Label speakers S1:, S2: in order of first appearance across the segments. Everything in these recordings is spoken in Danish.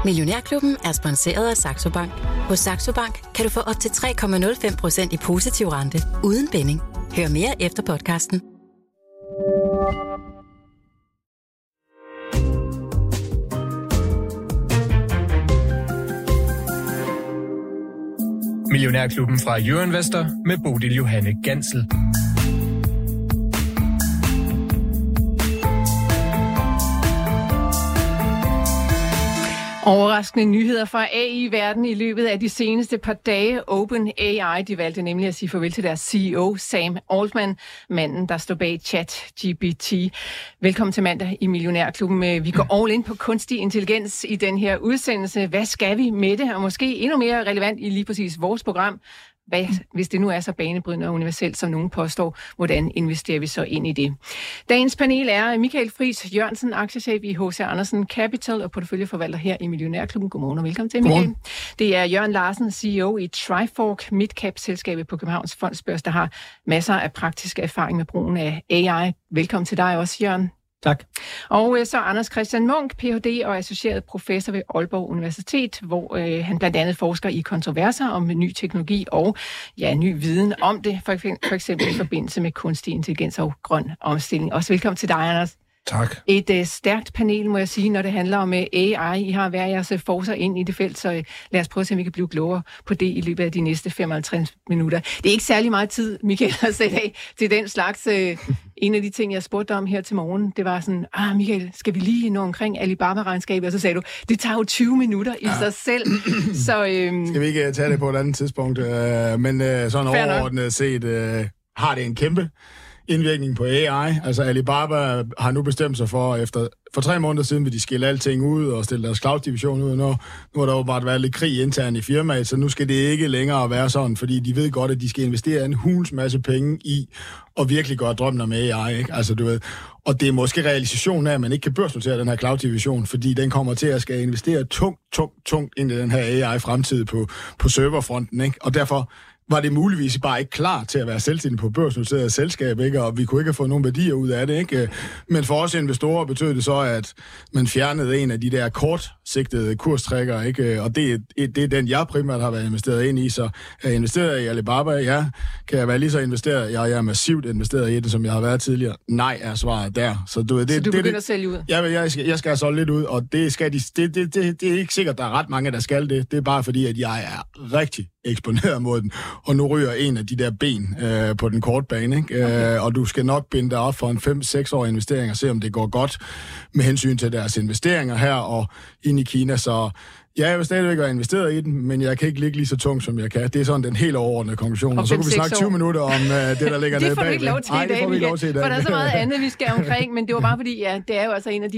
S1: Millionærklubben er sponsoreret af Saxo Bank. Hos Saxo Bank kan du få op til 3,05% i positiv rente uden binding. Hør mere efter podcasten.
S2: Millionærklubben fra Euroinvestor med Bodil Johanne Gansel.
S3: Overraskende nyheder fra AI-verden i løbet af de seneste par dage. OpenAI, de valgte nemlig at sige farvel til deres CEO, Sam Altman, manden, der står bag ChatGPT. Velkommen til mandag i Millionærklubben. Vi går all in på kunstig intelligens i den her udsendelse. Hvad skal vi med det? Og måske endnu mere relevant i lige præcis vores program. Hvad, hvis det nu er så banebrydende og universelt, som nogen påstår, hvordan investerer vi så ind i det? Dagens panel er Michael Friis Jørgensen, aktiechef i H.C. Andersen Capital og porteføljeforvalter her i Millionærklubben. Godmorgen og velkommen til, Michael. Det er Jørgen Larsen, CEO i Trifork, midcap-selskabet på Københavns Fondsbørs, der har masser af praktisk erfaring med brugen af AI. Velkommen til dig også, Jørgen.
S4: Tak.
S3: Og så Anders Christian Munk, Ph.D. og associeret professor ved Aalborg Universitet, hvor han blandt andet forsker i kontroverser om ny teknologi og ny viden om det, for eksempel i forbindelse med kunstig intelligens og grøn omstilling. Også velkommen til dig, Anders.
S4: Tak.
S3: Et stærkt panel, må jeg sige, når det handler om AI. I har hver jeres forser ind i det felt, så lad os prøve at se, om vi kan blive klogere på det i løbet af de næste 55 minutter. Det er ikke særlig meget tid, Michael, at sætte af til den slags. En af de ting, jeg spurgte om her til morgen, det var sådan, Michael, skal vi lige nå omkring Alibaba-regnskabet? Og så sagde du, det tager jo 20 minutter i sig selv. Så,
S4: skal vi ikke tage det på et andet tidspunkt? Men sådan overordnet set har det en kæmpe indvirkning på AI. Altså Alibaba har nu bestemt sig for 3 måneder siden vil de skille alting ud og stille deres cloud-division ud. Nu har der jo bare været lidt krig internt i firmaet, så nu skal det ikke længere være sådan, fordi de ved godt, at de skal investere en hulens masse penge i og virkelig gøre drømmen om AI, ikke? Altså, du ved, og det er måske realisationen af, at man ikke kan børsnotere den her cloud-division, fordi den kommer til at skal investere tungt ind i den her AI-fremtid på serverfronten, ikke? Og derfor var det muligvis bare ikke klar til at være selvstændig på børsnoteret selskab, ikke? Og vi kunne ikke have fået nogen værdier ud af det, ikke? Men for os investorer betød det så, at man fjernede en af de der kortsigtede kurstrækker, ikke? Og det er den, jeg primært har været investeret ind i, så jeg investeret i Alibaba, ja. Kan jeg være lige så investeret? Jeg er massivt investeret i det, som jeg har været tidligere. Nej, er svaret der. Så du
S3: begynder at sælge ud?
S4: Jeg skal solge lidt ud, og det er ikke sikkert, der er ret mange, der skal det. Det er bare fordi, at jeg er rigtig eksponeret mod den, og nu ryger en af de der ben på den korte bane, ikke? Okay. Og du skal nok binde dig op for en 5-6 år investering og se, om det går godt med hensyn til deres investeringer her og ind i Kina, så jeg vil stadigvæk være investeret i den, men jeg kan ikke ligge lige så tungt, som jeg kan. Det er sådan den helt overordnede konklusion. Og så kunne vi snakke 20 minutter om det, der ligger nede bag.
S3: Det får vi ikke lov til i dag, Michael, for der er så meget andet, vi skal omkring, men det var bare fordi, det er jo altså en af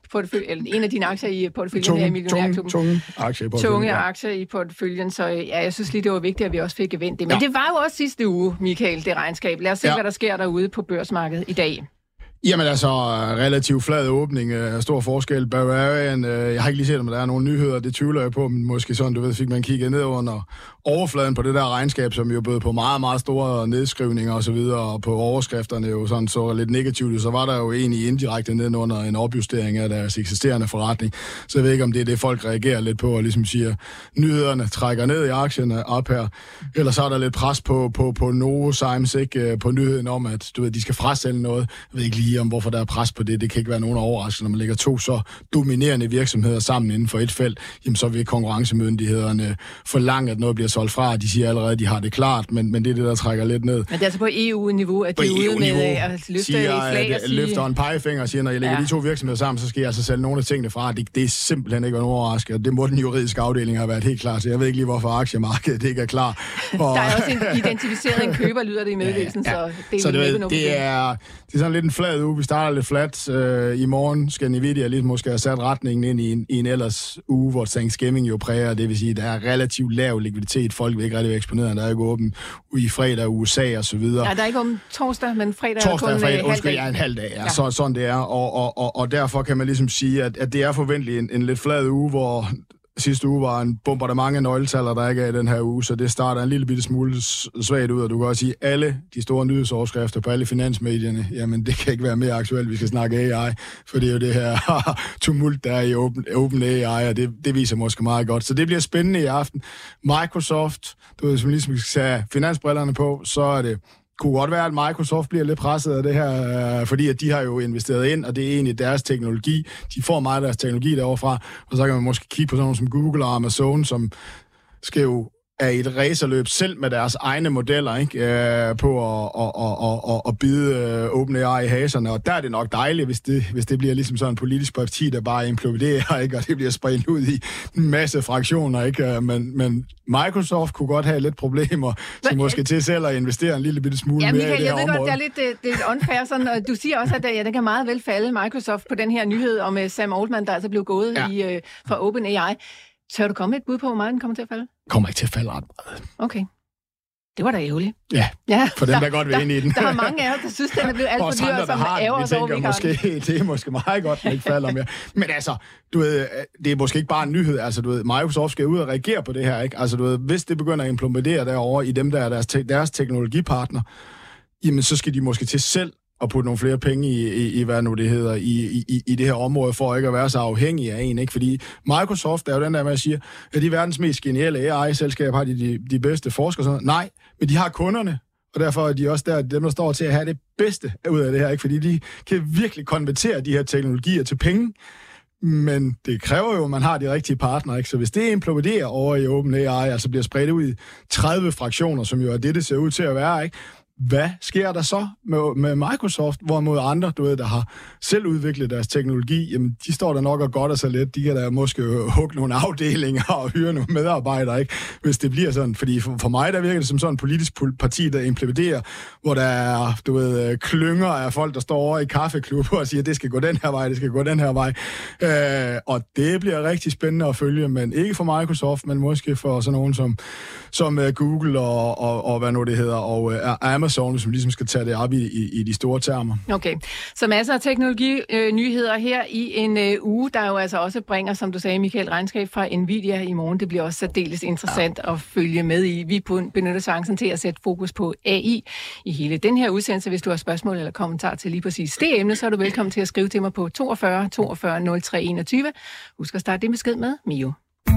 S3: dine aktier i porteføljen her i Millionærklubben. Tunge aktier i porteføljen, så jeg synes lige, det var vigtigt, at vi også fik vendt det. Men det var jo også sidste uge, Michael, det regnskab. Lad os se, hvad der sker derude på børsmarkedet i dag.
S4: Jamen altså, relativt flad åbning, stor forskel. Bavarian, jeg har ikke lige set, om der er nogle nyheder, det tvivler jeg på, men måske sådan, du ved, fik man kigget ned under overfladen på det der regnskab, som jo bød på meget, meget store nedskrivninger og så videre, og på overskrifterne jo sådan så lidt negativt, så var der jo egentlig indirekte nedenunder en opjustering af deres eksisterende forretning. Så jeg ved ikke, om det er det, folk reagerer lidt på, og ligesom siger, nyhederne trækker ned i aktierne op her, eller så er der lidt pres på Novozymes, ikke, på nyheden om, at du ved, de skal frasælge noget. Jeg ved ikke lige om, hvorfor der er pres på det. Det kan ikke være nogen overraskelse, når man lægger 2 så dominerende virksomheder sammen inden for et felt, jamen så vil konkurrencemyndighederne forlange, at noget bliver solgt fra. De siger allerede, at de har det klart, men det er det, der trækker lidt ned.
S3: Men det er altså på EU-niveau, at de er ude med at løfte et flag og sige...
S4: løfter en pegefinger og siger, når jeg lægger de 2 virksomheder sammen, så skal jeg altså sælge nogle af tingene fra. Det er simpelthen ikke nogen overraskelse. Det må den juridiske afdeling have været helt klar til. Jeg ved ikke lige, hvorfor aktiemarkedet ikke er klar.
S3: Der er også en identificeret en køber, lyder det i meddelelsen, så
S4: det er sådan lidt en flad uge. Vi starter lidt flat. I morgen skal Nvidia lige måske have sat retningen ind i en ellers uge, hvor Thanksgiving jo præger. Det vil sige, at der er relativt lav likviditet. Folk vil ikke rigtig være eksponeret. Der er ikke åben i fredag, USA og så videre.
S3: Ja, der er ikke om torsdag, men fredag
S4: er kun en halv dag. Ja. Så sådan det er. Og derfor kan man ligesom sige, at det er forventeligt en lidt flad uge, hvor sidste uge var en bombardement af nøgletaller, der ikke er i den her uge, så det starter en lille bitte smule svagt ud, og du kan også sige, at alle de store nyhedsoverskrifter på alle finansmedierne, jamen det kan ikke være mere aktuelt, vi skal snakke AI, for det er jo det her tumult, der er i OpenAI, og det viser måske meget godt. Så det bliver spændende i aften. Microsoft, du ved, som ligesom skal have finansbrillerne på, så er det kunne godt være, at Microsoft bliver lidt presset af det her, fordi at de har jo investeret ind, og det er egentlig deres teknologi. De får meget af deres teknologi deroverfra, og så kan man måske kigge på sådan nogle som Google og Amazon, som skal jo er i et racerløb selv med deres egne modeller, ikke? På at bide OpenAI i haserne, og der er det nok dejligt, hvis det bliver ligesom sådan en politisk parti, der bare imploderer, ikke? Og det bliver spredt ud i en masse fraktioner, ikke? Men Microsoft kunne godt have lidt problemer, så måske til selv at investere en lille bitte smule mere i det her område. Jeg ved godt, det er lidt unfair, sådan, og du siger også, at det kan meget vel falde Microsoft på den her nyhed om Sam Altman, der altså blev gået fra OpenAI. Tør du komme et bud på, hvor meget den kommer til at falde? Kommer ikke til at falde ret meget.
S3: Okay. Det var da ærgerligt.
S4: Ja, for dem, der godt vil ind i den.
S3: Der er mange af os, der synes, den er blevet alt for dyr, som ærger os over,
S4: det er måske meget godt, den ikke falder mere. Men altså, du ved, det er måske ikke bare en nyhed. Altså, du ved, Microsoft skal ud og reagere på det her, ikke? Altså, du ved, hvis det begynder at implementere derovre i dem, der er deres teknologipartner, jamen, så skal de måske til selv og putte nogle flere penge i hvad nu det hedder, i det her område, for ikke at være så afhængig af en, ikke? Fordi Microsoft er jo den der med at sige, at de verdens mest geniale AI-selskaber har de bedste forskere og sådan noget. Nej, men de har kunderne, og derfor er de også dem, der står til at have det bedste ud af det her, ikke? Fordi de kan virkelig konvertere de her teknologier til penge, men det kræver jo, at man har de rigtige partnere, ikke? Så hvis det imploderer over i OpenAI, altså bliver spredt ud i 30 fraktioner, som jo er det ser ud til at være, ikke? Hvad sker der så med Microsoft, hvorimod andre, du ved, der har selv udviklet deres teknologi, jamen, de står der nok og godt og så lidt. De kan da måske hugge nogle afdelinger og hyre nogle medarbejdere, ikke? Hvis det bliver sådan. Fordi for mig, der virker det som sådan en politisk parti, der implementerer, hvor der er, du ved, klynger af folk, der står over i kaffeklubber og siger, det skal gå den her vej, det skal gå den her vej. Og det bliver rigtig spændende at følge, men ikke for Microsoft, men måske for sådan nogen som Google og hvad nu det hedder, og Amazon, som ligesom skal tage det op i de store termer.
S3: Okay, så masser af teknologinyheder her i en uge, der jo altså også bringer, som du sagde, Michael, regnskab fra Nvidia i morgen. Det bliver også særdeles interessant at følge med i. Vi benytter chancen til at sætte fokus på AI i hele den her udsendelse. Hvis du har spørgsmål eller kommentar til lige præcis det emne, så er du velkommen til at skrive til mig på 42 42 03 21. Husk at starte det besked med Mio.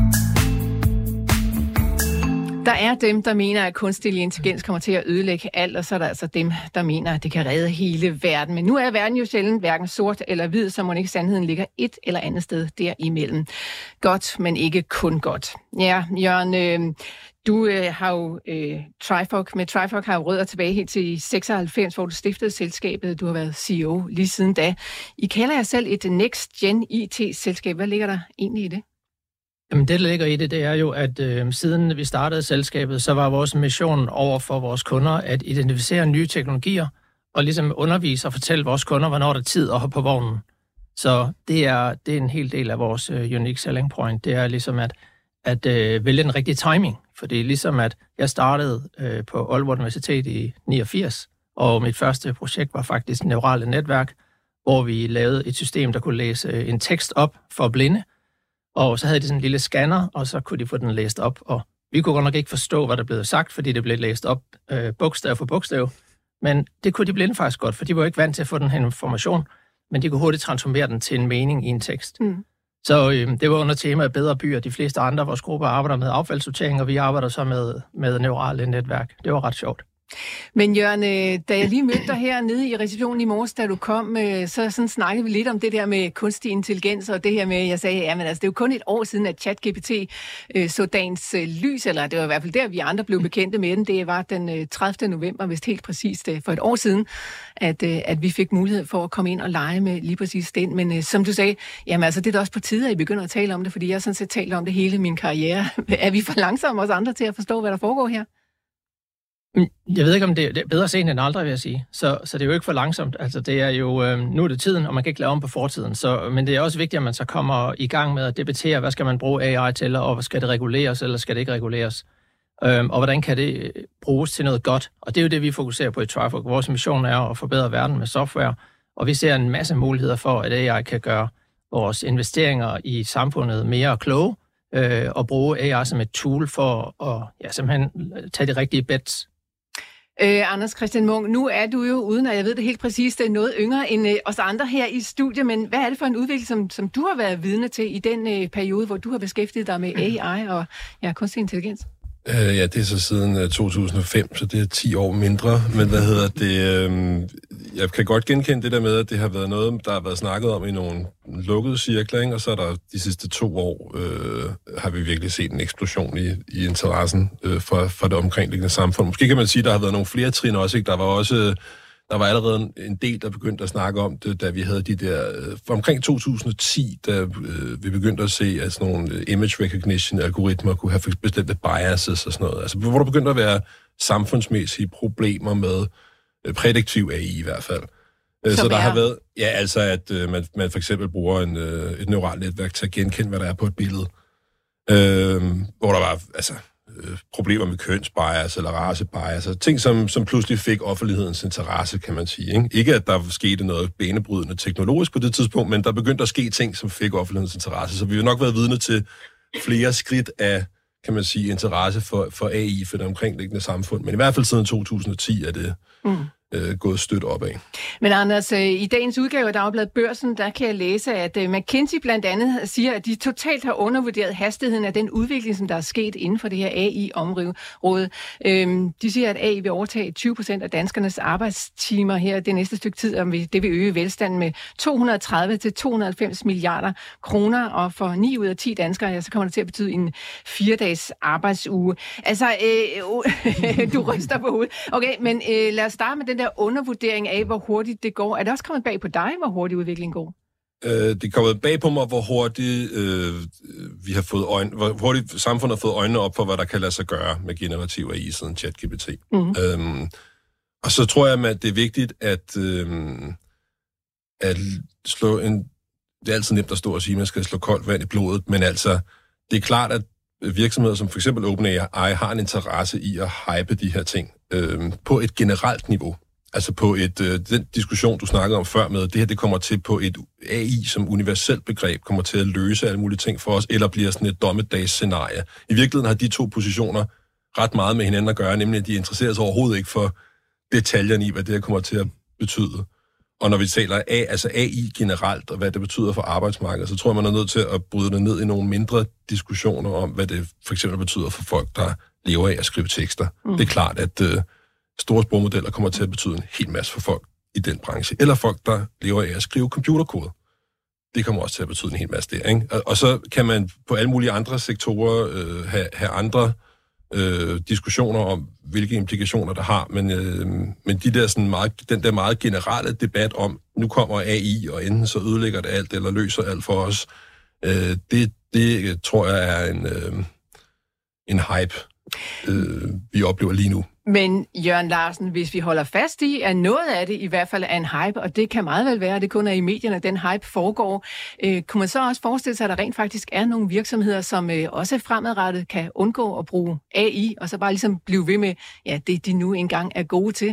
S3: Der er dem, der mener, at kunstig intelligens kommer til at ødelægge alt, og så er der altså dem, der mener, at det kan redde hele verden. Men nu er verden jo sjældent hverken sort eller hvid, så må ikke sandheden ligger et eller andet sted derimellem. Godt, men ikke kun godt. Ja, Jørgen, du har jo Trifork. Med Trifork har jo rødder tilbage helt til 96, hvor du stiftede selskabet. Du har været CEO lige siden da. I kalder jer selv et Next Gen IT-selskab. Hvad ligger der egentlig i det?
S5: Jamen det, der ligger i det, det er jo, at siden vi startede selskabet, så var vores mission over for vores kunder at identificere nye teknologier og ligesom undervise og fortælle vores kunder, hvornår der er tid at hoppe på vognen. Så det er en hel del af vores unique selling point. Det er ligesom at vælge den rigtige timing. For det er ligesom, at jeg startede på Aalborg Universitet i 89, og mit første projekt var faktisk neurale netværk, hvor vi lavede et system, der kunne læse en tekst op for blinde. Og så havde de sådan en lille scanner, og så kunne de få den læst op. Og vi kunne godt nok ikke forstå, hvad der blev sagt, fordi det blev læst op bogstav for bogstav. Men det kunne de blinde faktisk godt, for de var ikke vant til at få den her information, men de kunne hurtigt transformere den til en mening i en tekst. Mm. Så det var under temaet bedre byer. De fleste andre af vores grupper arbejder med affaldssortering, og vi arbejder så med neurale netværk. Det var ret sjovt.
S3: Men Jørgen, da jeg lige mødte dig her nede i receptionen i morges, da du kom, så sådan snakkede vi lidt om det der med kunstig intelligens, og det her med, jeg sagde, ja, men altså, det er jo kun et år siden, at ChatGPT så dagens lys, eller det var i hvert fald der, vi andre blev bekendte med den. Det var den 30. november, vist helt præcist for et år siden, at vi fik mulighed for at komme ind og lege med lige præcis den. Men som du sagde, jamen altså, det er da også på tide, at I begynder at tale om det, fordi jeg har sådan set talt om det hele min karriere. Er vi for langsomme os andre til at forstå, hvad der foregår her?
S5: Jeg ved ikke, om det er bedre sent end aldrig, vil jeg sige. Så det er jo ikke for langsomt. Altså, det er jo, nu er det tiden, og man kan ikke lave om på fortiden. Men det er også vigtigt, at man så kommer i gang med at debattere, hvad skal man bruge AI til, og skal det reguleres, eller skal det ikke reguleres? Og hvordan kan det bruges til noget godt? Og det er jo det, vi fokuserer på i Trifork. Vores mission er at forbedre verden med software, og vi ser en masse muligheder for, at AI kan gøre vores investeringer i samfundet mere kloge, og bruge AI som et tool for at simpelthen tage de rigtige bets.
S3: Anders Christian Munk, nu er du jo, uden at jeg ved det helt præcist, noget yngre end os andre her i studiet, men hvad er det for en udvikling, som du har været vidne til i den periode, hvor du har beskæftiget dig med AI og kunstig intelligens?
S6: Ja, det er så siden 2005, så det er 10 år mindre. Men jeg kan godt genkende det der med, at det har været noget, der har været snakket om i nogle lukkede cirkler, ikke? Og så er der de sidste 2 år, har vi virkelig set en eksplosion i interessen for det omkringliggende samfund. Måske kan man sige, at der har været nogle flere trin også, ikke? Der var allerede en del, der begyndte at snakke om det, da vi havde de der... omkring 2010, da vi begyndte at se, at sådan nogle image recognition-algoritmer kunne have bestemte biases og sådan noget. Altså, hvor der begyndte at være samfundsmæssige problemer med prædiktiv AI i hvert fald. Så der har været... Ja, altså, at man for eksempel bruger et neuralt netværk til at genkende, hvad der er på et billede. Hvor der var... Altså, problemer med kønsbias eller racebias, altså ting, som pludselig fik offentlighedens interesse, kan man sige. Ikke at der skete noget banebrydende teknologisk på det tidspunkt, men der begyndte at ske ting, som fik offentlighedens interesse. Så vi har nok været vidne til flere skridt af, kan man sige, interesse for AI for det omkringliggende samfund. Men i hvert fald siden 2010 er det gået stødt opad.
S3: Men Anders, i dagens udgave af Dagbladet Børsen, der kan jeg læse, at McKinsey blandt andet siger, at de totalt har undervurderet hastigheden af den udvikling, som der er sket inden for det her AI-område. De siger, at AI vil overtage 20% af danskernes arbejdstimer her det næste stykke tid, og det vil øge velstanden med 230 til 290 milliarder kroner, og for 9 ud af 10 danskere, så kommer det til at betyde en 4-dages arbejdsuge. Altså, du ryster på hovedet. Okay, men lad os starte med den der undervurdering af, hvor hurtigt det går. Er det også kommet bag på dig, hvor hurtigt udviklingen går?
S6: Det er kommet bag på mig, hvor hurtigt vi har fået hvor hurtigt samfundet har fået øjnene op for, hvad der kan lade sig gøre med generativ AI siden ChatGPT. Og så tror jeg, at det er vigtigt at slå en... Det er altid nemt at stå og sige, at man skal slå koldt vand i blodet, men altså, det er klart, at virksomheder som for eksempel OpenAI har en interesse i at hype de her ting på et generelt niveau. Altså på den diskussion, du snakkede om før med, det her det kommer til på et AI som universelt begreb, kommer til at løse alle mulige ting for os, eller bliver sådan et dommedagsscenarie. I virkeligheden har de 2 positioner ret meget med hinanden at gøre, nemlig at de interesserer sig overhovedet ikke for detaljerne i, hvad det her kommer til at betyde. Og når vi taler AI generelt, og hvad det betyder for arbejdsmarkedet, så tror jeg, man er nødt til at bryde det ned i nogle mindre diskussioner om, hvad det for eksempel betyder for folk, der lever af at skrive tekster. Det er klart, at store sprogmodeller kommer til at betyde en hel masse for folk i den branche. Eller folk, der lever af at skrive computerkode. Det kommer også til at betyde en hel masse der, ikke? Og så kan man på alle mulige andre sektorer have andre diskussioner om, hvilke implikationer der har, men de der sådan den der meget generelle debat om, nu kommer AI, og enten så ødelægger det alt, eller løser alt for os, det tror jeg er en hype, vi oplever lige nu.
S3: Men Jørgen Larsen, hvis vi holder fast i, at noget af det i hvert fald er en hype, og det kan meget vel være, at det kun er i medierne, at den hype foregår, kunne man så også forestille sig, at der rent faktisk er nogle virksomheder, som også fremadrettet kan undgå at bruge AI, og så bare ligesom blive ved med, ja, det de nu engang er gode til?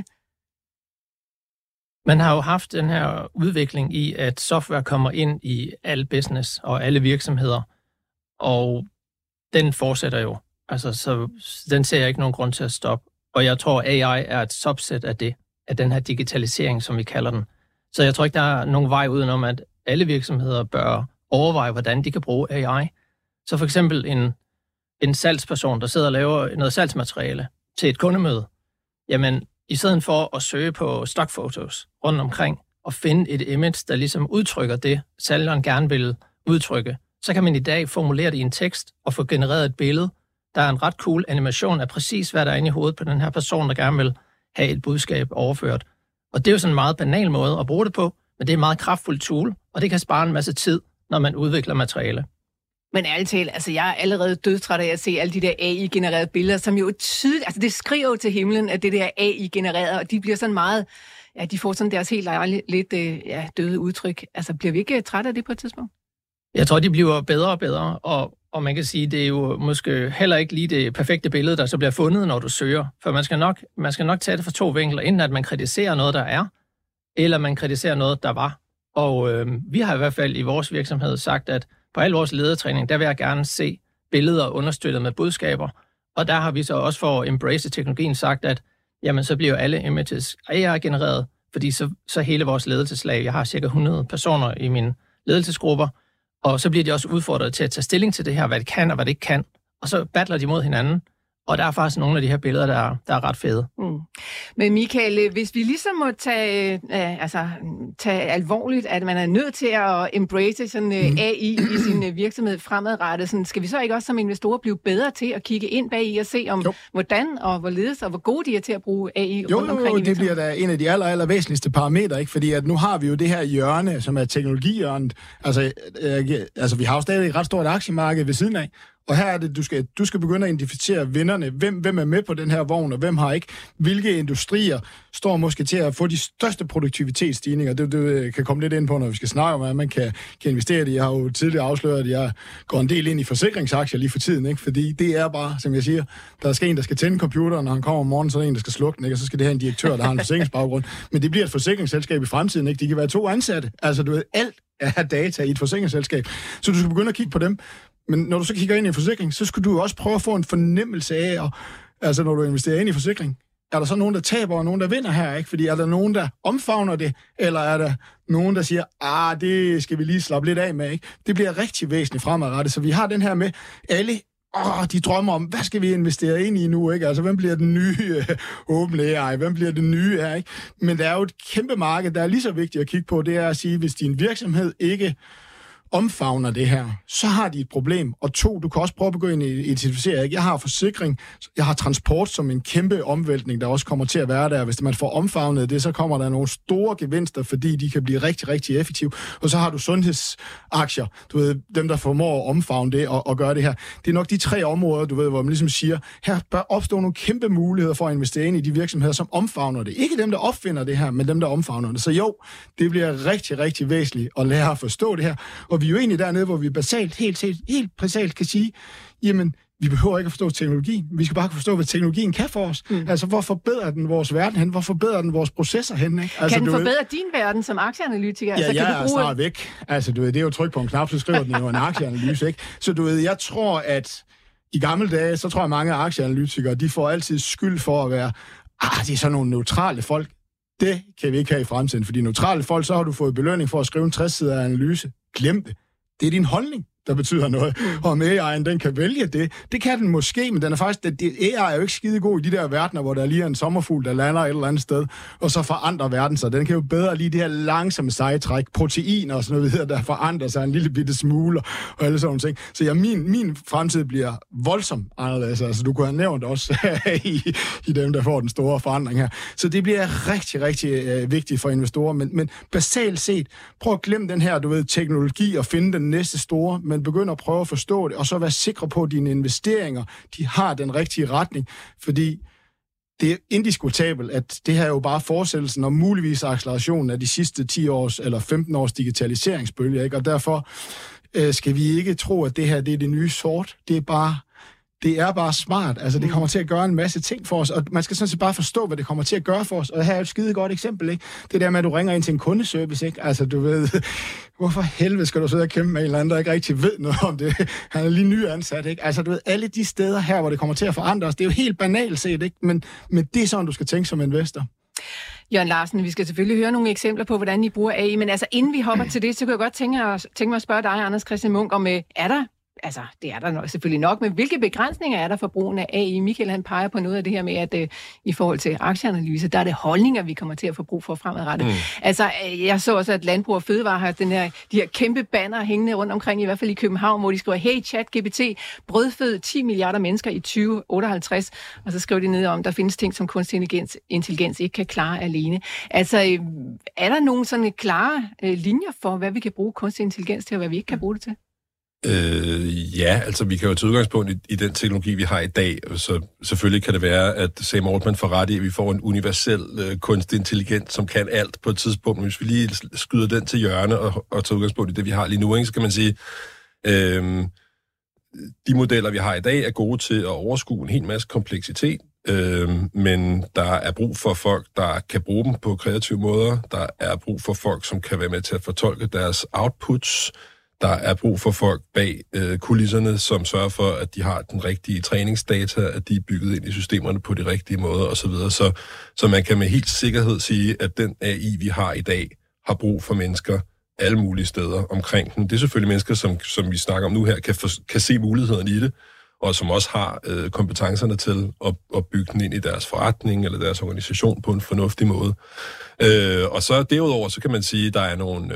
S5: Man har jo haft den her udvikling i, at software kommer ind i alle business og alle virksomheder, og den fortsætter jo. Altså, så den ser jeg ikke nogen grund til at stoppe. Og jeg tror, AI er et subset af det, af den her digitalisering, som vi kalder den. Så jeg tror ikke, der er nogen vej udenom, at alle virksomheder bør overveje, hvordan de kan bruge AI. Så for eksempel en salgsperson, der sidder og laver noget salgsmateriale til et kundemøde, jamen i stedet for at søge på stockfotos rundt omkring og finde et image, der ligesom udtrykker det, sælgeren gerne vil udtrykke, så kan man i dag formulere det i en tekst og få genereret et billede. Der er en ret cool animation af præcis, hvad der er inde i hovedet på den her person, der gerne vil have et budskab overført. Og det er jo sådan en meget banal måde at bruge det på, men det er en meget kraftfuld tool, og det kan spare en masse tid, når man udvikler materiale.
S3: Men ærligt talt, altså jeg er allerede dødtræt af at se alle de der AI-genererede billeder, som jo tydeligt, altså det skriver jo til himlen, at det der AI-genereret, og de bliver sådan meget, ja, de får sådan deres helt lidt døde udtryk. Altså bliver vi ikke trætte af det på et tidspunkt?
S5: Jeg tror, de bliver bedre og bedre, og man kan sige, det er jo måske heller ikke lige det perfekte billede, der så bliver fundet, når du søger. For man skal nok tage det fra 2 vinkler, enten at man kritiserer noget, der er, eller man kritiserer noget, der var. Og vi har i hvert fald i vores virksomhed sagt, at på al vores ledertræning, der vil jeg gerne se billeder understøttet med budskaber. Og der har vi så også for at embrace teknologien sagt, at jamen, så bliver alle images AI-genereret, fordi så hele vores ledelseslag, jeg har cirka 100 personer i mine ledelsesgrupper, og så bliver de også udfordret til at tage stilling til det her, hvad det kan og hvad det ikke kan. Og så battler de mod hinanden. Og der er faktisk nogle af de her billeder, der er ret fede. Mm.
S3: Men Michael, hvis vi ligesom må tage alvorligt, at man er nødt til at embrace sådan AI i sin virksomhed fremadrettet, sådan, skal vi så ikke også som investorer blive bedre til at kigge ind bag i og se om, hvordan og hvorledes og hvor gode de er til at bruge AI rundt omkring i
S4: det bliver da en af de aller væsentligste parametre, ikke? Fordi at nu har vi jo det her hjørne, som er teknologihjørnet. Altså vi har jo stadig et ret stort aktiemarked ved siden af. Og her er det, du skal begynde at identificere vinderne. Hvem er med på den her vogn, og hvem har ikke? Hvilke industrier står måske til at få de største produktivitetsstigninger? Det kan komme lidt ind på, når vi skal snakke om, at man kan investere i det. Jeg har jo tidligere afsløret, at jeg går en del ind i forsikringsaktier lige for tiden, ikke? Fordi det er bare, som jeg siger, der skal en, der skal tænde computeren, når han kommer om morgenen, så er der en, der skal slukke den, ikke? Og så skal det have en direktør, der har en forsikringsbaggrund. Men det bliver et forsikringsselskab i fremtiden, ikke? De kan være 2 ansatte. Altså, alt er data i et forsikringsselskab. Så du skal begynde at kigge på dem. Men når du så kigger ind i en forsikring, så skal du også prøve at få en fornemmelse af, altså når du investerer ind i forsikring, er der så nogen, der taber, og nogen, der vinder her, ikke? Fordi er der nogen, der omfavner det, eller er der nogen, der siger, det skal vi lige slappe lidt af med, ikke? Det bliver rigtig væsentligt fremadrettet, så vi har den her med alle, de drømmer om, hvad skal vi investere ind i nu, ikke? Altså, hvem bliver den nye OpenAI? Hvem bliver den nye her, ikke? Men der er jo et kæmpe marked, der er lige så vigtigt at kigge på, det er at sige, hvis din virksomhed ikke omfavner det her, så har de et problem. Og 2, du kan også prøve at begynde at identificere, ikke? Jeg har forsikring, jeg har transport som en kæmpe omvæltning, der også kommer til at være der. Hvis man får omfavnet det, så kommer der nogle store gevinster, fordi de kan blive rigtig, rigtig effektive. Og så har du sundhedsaktier, du ved, dem der formår at omfavne det og gøre det her. Det er nok de 3 områder, du ved, hvor man ligesom siger, her bør opstå nogle kæmpe muligheder for at investere ind i de virksomheder, som omfavner det. Ikke dem, der opfinder det her, men dem, der omfavner det. Så jo, det bliver rigtig, rigtig væsentligt at lære at forstå det her. Og vi er jo egentlig dernede, hvor vi basalt, helt præcist kan sige, jamen, vi behøver ikke at forstå teknologi. Vi skal bare forstå, hvad teknologien kan for os. Altså, hvor forbedrer den vores verden hen? Hvor forbedrer den vores processer hen? Ikke? Altså,
S3: kan den forbedre din verden som aktieanalytiker?
S4: Ja, altså, kan jeg er snart væk. Altså, du ved, det er jo tryk på en knap, så skriver den jo en aktieanalyse, ikke? Så du ved, jeg tror, at i gamle dage, så tror jeg, mange aktieanalytikere, de får altid skyld for at være, det er sådan nogle neutrale folk. Det kan vi ikke have i fremtiden, fordi neutrale folk, så har du fået belønning for at skrive en 60-sider analyse. Glem det. Det er din holdning, der betyder noget. Og om AI'en, den kan vælge det. Det kan den måske, men den er faktisk, AI er jo ikke skide god i de der verdener, hvor der lige er en sommerfugl, der lander et eller andet sted, og så forandrer verden sig. Den kan jo bedre lige det her langsomme sejtræk, proteiner og sådan noget videre, der forandrer sig en lille bitte smule og alle sådan ting. Så min fremtid bliver voldsomt anderledes. Altså, du kunne have nævnt også i dem, der får den store forandring her. Så det bliver rigtig, rigtig vigtigt for investorer. Men basalt set, prøv at glemme den her, du ved, teknologi og finde den næste store, men begynd at prøve at forstå det, og så være sikre på, at dine investeringer, de har den rigtige retning, fordi det er indiskutabelt, at det her er jo bare fortsættelsen og muligvis accelerationen af de sidste 10 års eller 15 års digitaliseringsbølge, ikke? Og derfor skal vi ikke tro, at det her det er det nye sort. Det er bare smart. Altså, det kommer til at gøre en masse ting for os, og man skal sådan set bare forstå, hvad det kommer til at gøre for os. Og her er et skide godt eksempel, ikke? Det der med, at du ringer ind til en kundeservice, ikke? Altså, du ved, hvorfor helvede skal du sidde og kæmpe med en eller anden, der ikke rigtig ved noget om det? Han er lige nyansat, ikke? Altså, du ved, alle de steder her, hvor det kommer til at forandre os, det er jo helt banalt set, ikke? Men det er sådan, du skal tænke som investor.
S3: Jørgen Larsen, vi skal selvfølgelig høre nogle eksempler på, hvordan I bruger AI, men altså, inden vi hopper til det, så kan jeg godt tænke mig at spørge dig, Anders Christian Munk, om er der altså, det er der selvfølgelig nok, men hvilke begrænsninger er der for brugen af AI? Michael, han peger på noget af det her med, at i forhold til aktieanalyse, der er det holdninger, vi kommer til at få brug for fremadrettet. Altså, jeg så også, at Landbrug og Fødevare har de her kæmpe banner hængende rundt omkring, i hvert fald i København, hvor de skriver, hey ChatGPT, brødfød 10 milliarder mennesker i 2058, og så skriver de ned om, der findes ting, som kunstig intelligens ikke kan klare alene. Altså, er der nogle sådan klare linjer for, hvad vi kan bruge kunstig intelligens til, og hvad vi ikke kan bruge det til?
S6: Ja, altså vi kan jo tage udgangspunkt i den teknologi, vi har i dag. Så selvfølgelig kan det være, at Sam Altman får ret i, at vi får en universel kunstig intelligens, som kan alt på et tidspunkt. Hvis vi lige skyder den til hjørne og tager udgangspunkt i det, vi har lige nu, ikke, så kan man sige, de modeller, vi har i dag, er gode til at overskue en hel masse kompleksitet. Men der er brug for folk, der kan bruge dem på kreative måder. Der er brug for folk, som kan være med til at fortolke deres outputs. Der er brug for folk bag kulisserne, som sørger for, at de har den rigtige træningsdata, at de er bygget ind i systemerne på de rigtige måder osv. Så man kan med helt sikkerhed sige, at den AI, vi har i dag, har brug for mennesker alle mulige steder omkring den. Det er selvfølgelig mennesker, som vi snakker om nu her, kan se mulighederne i det, og som også har kompetencerne til at bygge den ind i deres forretning eller deres organisation på en fornuftig måde. Og så derudover, så kan man sige, at der er nogle...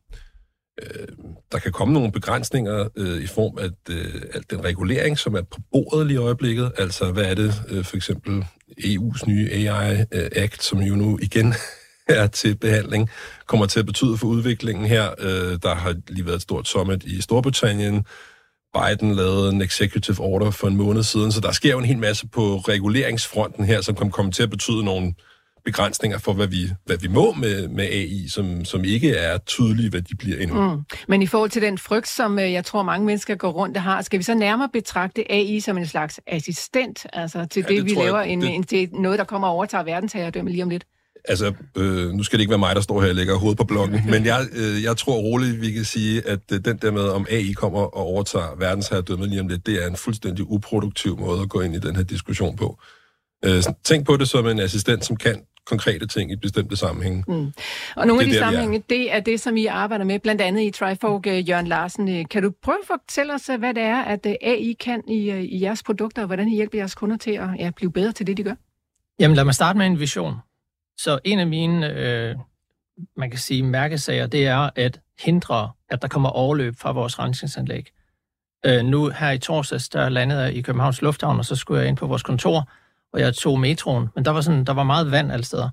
S6: der kan komme nogle begrænsninger i form af den regulering, som er på bordet lige i øjeblikket. Altså, hvad er det for eksempel EU's nye AI Act, som jo nu igen er til behandling, kommer til at betyde for udviklingen her. Der har lige været et stort summit i Storbritannien. Biden lavede en executive order for en måned siden, så der sker jo en hel masse på reguleringsfronten her, som kan komme til at betyde nogle begrænsninger for, hvad vi må med AI, som ikke er tydelige, hvad de bliver endnu.
S3: Men i forhold til den frygt, som jeg tror mange mennesker går rundt og har, skal vi så nærmere betragte AI som en slags assistent, altså til det vi laver, til noget, der kommer og overtager verdensherredømme lige om lidt?
S6: Altså, nu skal det ikke være mig, der står her og lægger hovedet på blokken, men jeg tror roligt, vi kan sige, at den der med, om AI kommer og overtager verdensherredømmet lige om lidt, det er en fuldstændig uproduktiv måde at gå ind i den her diskussion på. Tænk på det som en assistent, som kan konkrete ting i bestemte sammenhænge.
S3: Og nogle af de sammenhænge, det er det, som I arbejder med, blandt andet i Trifork, Jørgen Larsen. Kan du prøve at fortælle os, hvad det er, at AI kan i jeres produkter, og hvordan I hjælper jeres kunder til at blive bedre til det, de gør?
S5: Jamen, lad mig starte med en vision. Så en af mine, man kan sige, mærkesager, det er at hindre, at der kommer overløb fra vores rensningsanlæg. Nu her i torsdags, der landede jeg i Københavns Lufthavn, og så skulle jeg ind på vores kontor, og jeg tog metroen, men der var meget vand alle steder,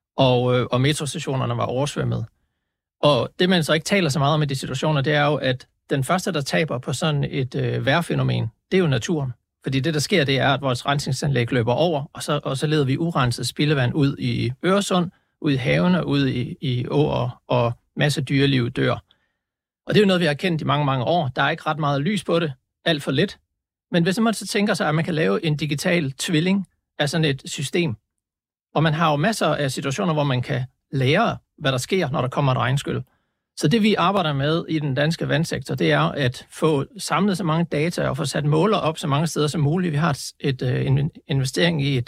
S5: og metrostationerne var oversvømmet. Og det, man så ikke taler så meget om i de situationer, det er jo, at den første, der taber på sådan et vejrfænomen, det er jo naturen. Fordi det, der sker, det er, at vores rensningsanlæg løber over, og så leder vi urenset spildevand ud i Øresund, ud i havene, ud i åer, og masse dyreliv dør. Og det er jo noget, vi har kendt i mange, mange år. Der er ikke ret meget lys på det, alt for lidt. Men hvis man så tænker sig, at man kan lave en digital tvilling af sådan et system, og man har jo masser af situationer, hvor man kan lære, hvad der sker, når der kommer et regnskyl. Så det, vi arbejder med i den danske vandsektor, det er at få samlet så mange data og få sat måler op så mange steder som muligt. Vi har en investering i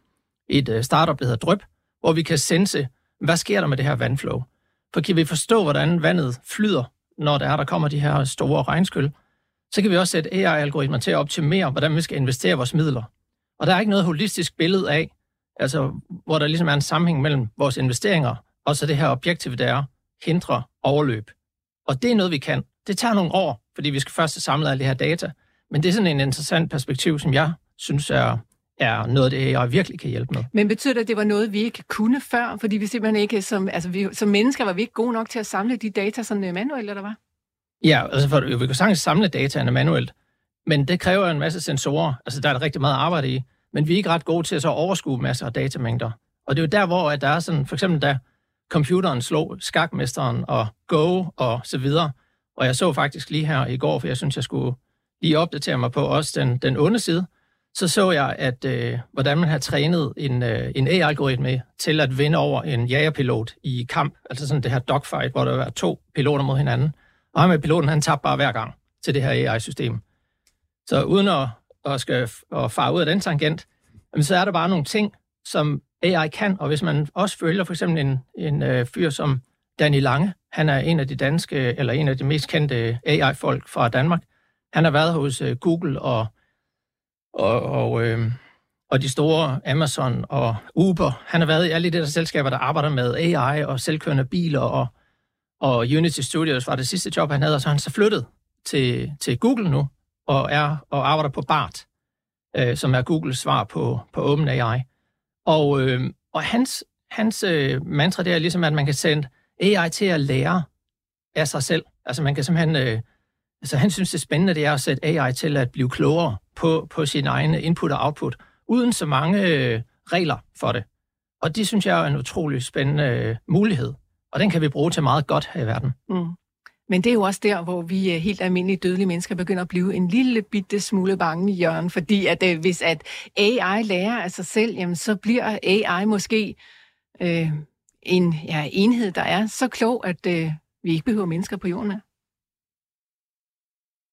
S5: et startup, der hedder Dryp, hvor vi kan sense, hvad sker der med det her vandflow. For kan vi forstå, hvordan vandet flyder, når der kommer de her store regnskyl, så kan vi også sætte AI-algoritmer til at optimere, hvordan vi skal investere vores midler. Og der er ikke noget holistisk billede af, altså, hvor der ligesom er en sammenhæng mellem vores investeringer og så det her objektiv, der er hindre overløb. Og det er noget, vi kan. Det tager nogle år, fordi vi skal først samle alle de her data. Men det er sådan en interessant perspektiv, som jeg synes er noget, det AI virkelig kan hjælpe med. Men
S3: betyder det, at det var noget, vi ikke kunne før? Fordi vi simpelthen ikke, som mennesker, var vi ikke gode nok til at samle de data sådan manuelt, eller hvad?
S5: Ja, altså vi kan sagtens samle dataene manuelt, men det kræver en masse sensorer. Altså der er rigtig meget arbejde i, men vi er ikke ret gode til at så overskue masser af datamængder. Og det er jo der, hvor at der er sådan, for eksempel da computeren slog skakmesteren og Go og så videre. Og jeg så faktisk lige her i går, for jeg synes, jeg skulle lige opdatere mig på også den onde side, så jeg, at hvordan man har trænet en AI-algoritme til at vinde over en jagerpilot i kamp, altså sådan det her dogfight, hvor der var 2 piloter mod hinanden. Og ham med piloten, han tabte bare hver gang til det her AI-system. Så uden at fare ud af den tangent, så er der bare nogle ting, som AI kan, og hvis man også følger for eksempel en fyr som Danny Lange, han er en af de mest kendte AI-folk fra Danmark. Han har været hos Google og de store Amazon og Uber. Han har været i alle de der selskaber, der arbejder med AI og selvkørende biler, og Unity Studios var det sidste job, han havde, og så han så flyttet til Google nu, og arbejder på BART, som er Googles svar på OpenAI. Og hans mantra, det er ligesom, at man kan sende AI til at lære af sig selv. Altså man kan simpelthen, han synes det er spændende, det er at sætte AI til at blive klogere på sin egne input og output, uden så mange regler for det. Og det synes jeg er en utrolig spændende mulighed, og den kan vi bruge til meget godt her i verden.
S3: Men det er jo også der, hvor vi helt almindelige dødelige mennesker begynder at blive en lille bitte smule bange, Jørgen, fordi at hvis at AI lærer af sig selv, jamen, så bliver AI måske en enhed, der er så klog, at vi ikke behøver mennesker på jorden her.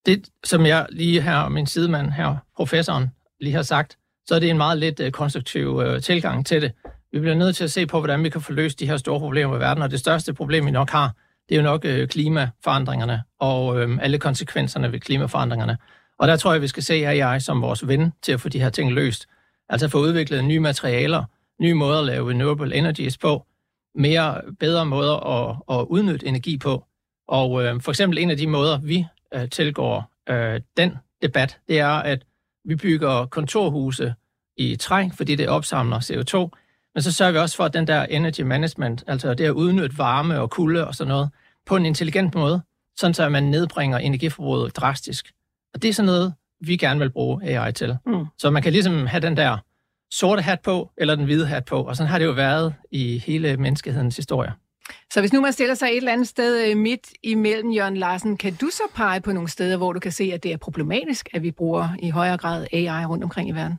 S5: Det, som jeg lige her, min sidemand her, professoren, lige har sagt, så er det en meget lidt konstruktiv tilgang til det. Vi bliver nødt til at se på, hvordan vi kan få løst de her store problemer i verden, og det største problem, vi nok har, det er jo nok klimaforandringerne og alle konsekvenserne ved klimaforandringerne. Og der tror jeg, vi skal se AI som vores ven til at få de her ting løst. Altså få udviklet nye materialer, nye måder at lave renewable energies på, bedre måder at udnytte energi på. Og for eksempel en af de måder, vi tilgår den debat, det er, at vi bygger kontorhuse i træ, fordi det opsamler CO2, men så sørger vi også for, at den der energy management, altså det at udnytte varme og kulde og sådan noget, på en intelligent måde, sådan så man nedbringer energiforbruget drastisk. Og det er sådan noget, vi gerne vil bruge AI til. Så man kan ligesom have den der sorte hat på, eller den hvide hat på, og sådan har det jo været i hele menneskehedens historie.
S3: Så hvis nu man stiller sig et eller andet sted midt imellem, Jørgen Larsen, kan du så pege på nogle steder, hvor du kan se, at det er problematisk, at vi bruger i højere grad AI rundt omkring i verden?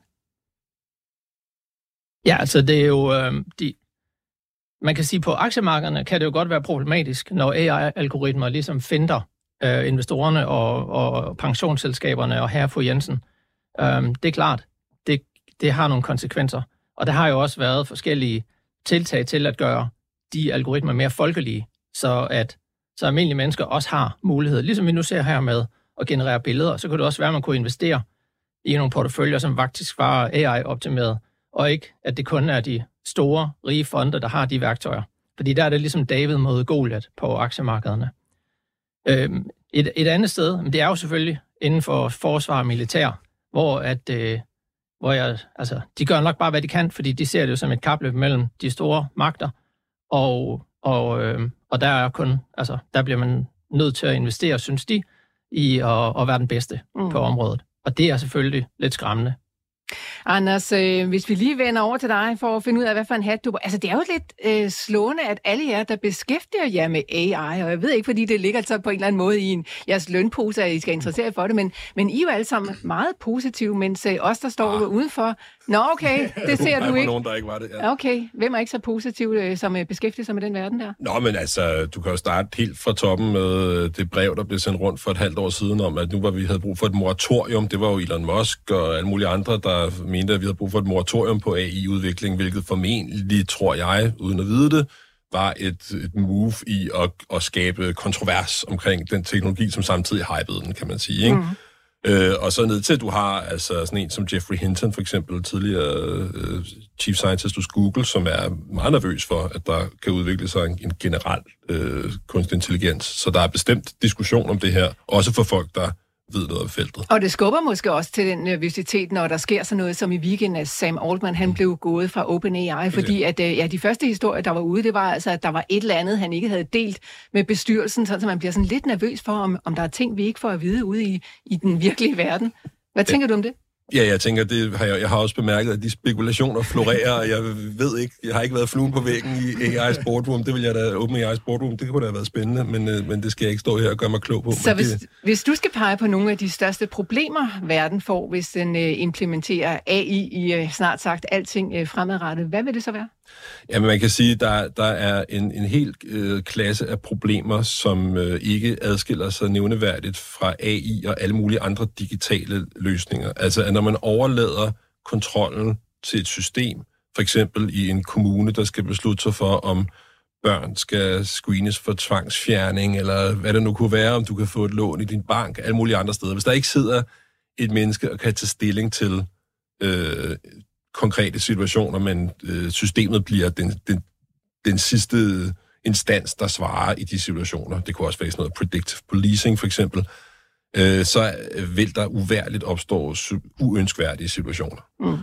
S5: Ja, altså det er jo... man kan sige, på aktiemarkederne kan det jo godt være problematisk, når AI-algoritmer ligesom finder investorerne og pensionsselskaberne og herre fru Jensen. Det er klart, det har nogle konsekvenser. Og der har jo også været forskellige tiltag til at gøre de algoritmer mere folkelige, så almindelige mennesker også har mulighed. Ligesom vi nu ser her med at generere billeder, så kunne det også være, at man kunne investere i nogle porteføljer, som faktisk var AI-optimeret, og ikke, at det kun er de store, rige fonde, der har de værktøjer. Fordi der er det ligesom David mod Goliat på aktiemarkederne. Et andet sted, men det er jo selvfølgelig inden for forsvar og militær, de gør nok bare, hvad de kan, fordi de ser det jo som et kapløb mellem de store magter, og der er kun, der bliver man nødt til at investere, synes de, i at være den bedste på området. Og det er selvfølgelig lidt skræmmende.
S3: Anders, hvis vi lige vender over til dig for at finde ud af, hvad for en hat du... Altså, det er jo lidt slående, at alle jer, der beskæftiger jer med AI, og jeg ved ikke, fordi det ligger så på en eller anden måde i jeres lønpose, at I skal interessere for det, men I er jo alle sammen meget positive, mens os, der står udenfor... Nå, okay, det ser du ikke.
S6: Nogen, der ikke var det, ja.
S3: Okay, hvem er ikke så positiv, som beskæftiger sig med den verden der?
S6: Nå, men altså, du kan jo starte helt fra toppen med det brev, der blev sendt rundt for et halvt år siden, om at nu vi havde brug for et moratorium. Det var jo Elon Musk og alle mulige andre, der mente, at vi havde brug for et moratorium på AI-udvikling, hvilket formentlig, tror jeg, uden at vide det, var et move i at skabe kontrovers omkring den teknologi, som samtidig hypede den, kan man sige, ikke? Og så ned til, at du har altså sådan en som Jeffrey Hinton, for eksempel, tidligere chief scientist hos Google, som er meget nervøs for, at der kan udvikle sig en generel kunstig intelligens. Så der er bestemt diskussion om det her, også for folk, der ved noget af feltet.
S3: Og det skubber måske også til den nervøsitet, når der sker sådan noget som i weekenden, at Sam Altman, han blev gået fra OpenAI, fordi at de første historier, der var ude, det var altså, at der var et eller andet, han ikke havde delt med bestyrelsen, så man bliver sådan lidt nervøs for, om der er ting, vi ikke får at vide ude i den virkelige verden. Hvad tænker du om det?
S6: Ja, jeg tænker, jeg har også bemærket, at de spekulationer florerer, og jeg ved ikke, jeg har ikke været fluen på væggen i AI's boardroom. Det vil jeg da åbne AI's boardroom. Det kunne da have været spændende, men det skal jeg ikke stå her og gøre mig klog på.
S3: Så hvis du skal pege på nogle af de største problemer, verden får, hvis den implementerer AI i snart sagt alting fremadrettet, hvad vil det så være?
S6: Jamen, man kan sige, at der er en hel klasse af problemer, som ikke adskiller sig nævneværdigt fra AI og alle mulige andre digitale løsninger. Altså, at når man overlader kontrollen til et system, for eksempel i en kommune, der skal beslutte sig for, om børn skal screenes for tvangsfjerning, eller hvad det nu kunne være, om du kan få et lån i din bank, alle mulige andre steder. Hvis der ikke sidder et menneske og kan tage stilling til konkrete situationer, men systemet bliver den sidste instans, der svarer i de situationer. Det kunne også være sådan noget predictive policing, for eksempel. Så vil der uværligt opstå uønskværdige situationer.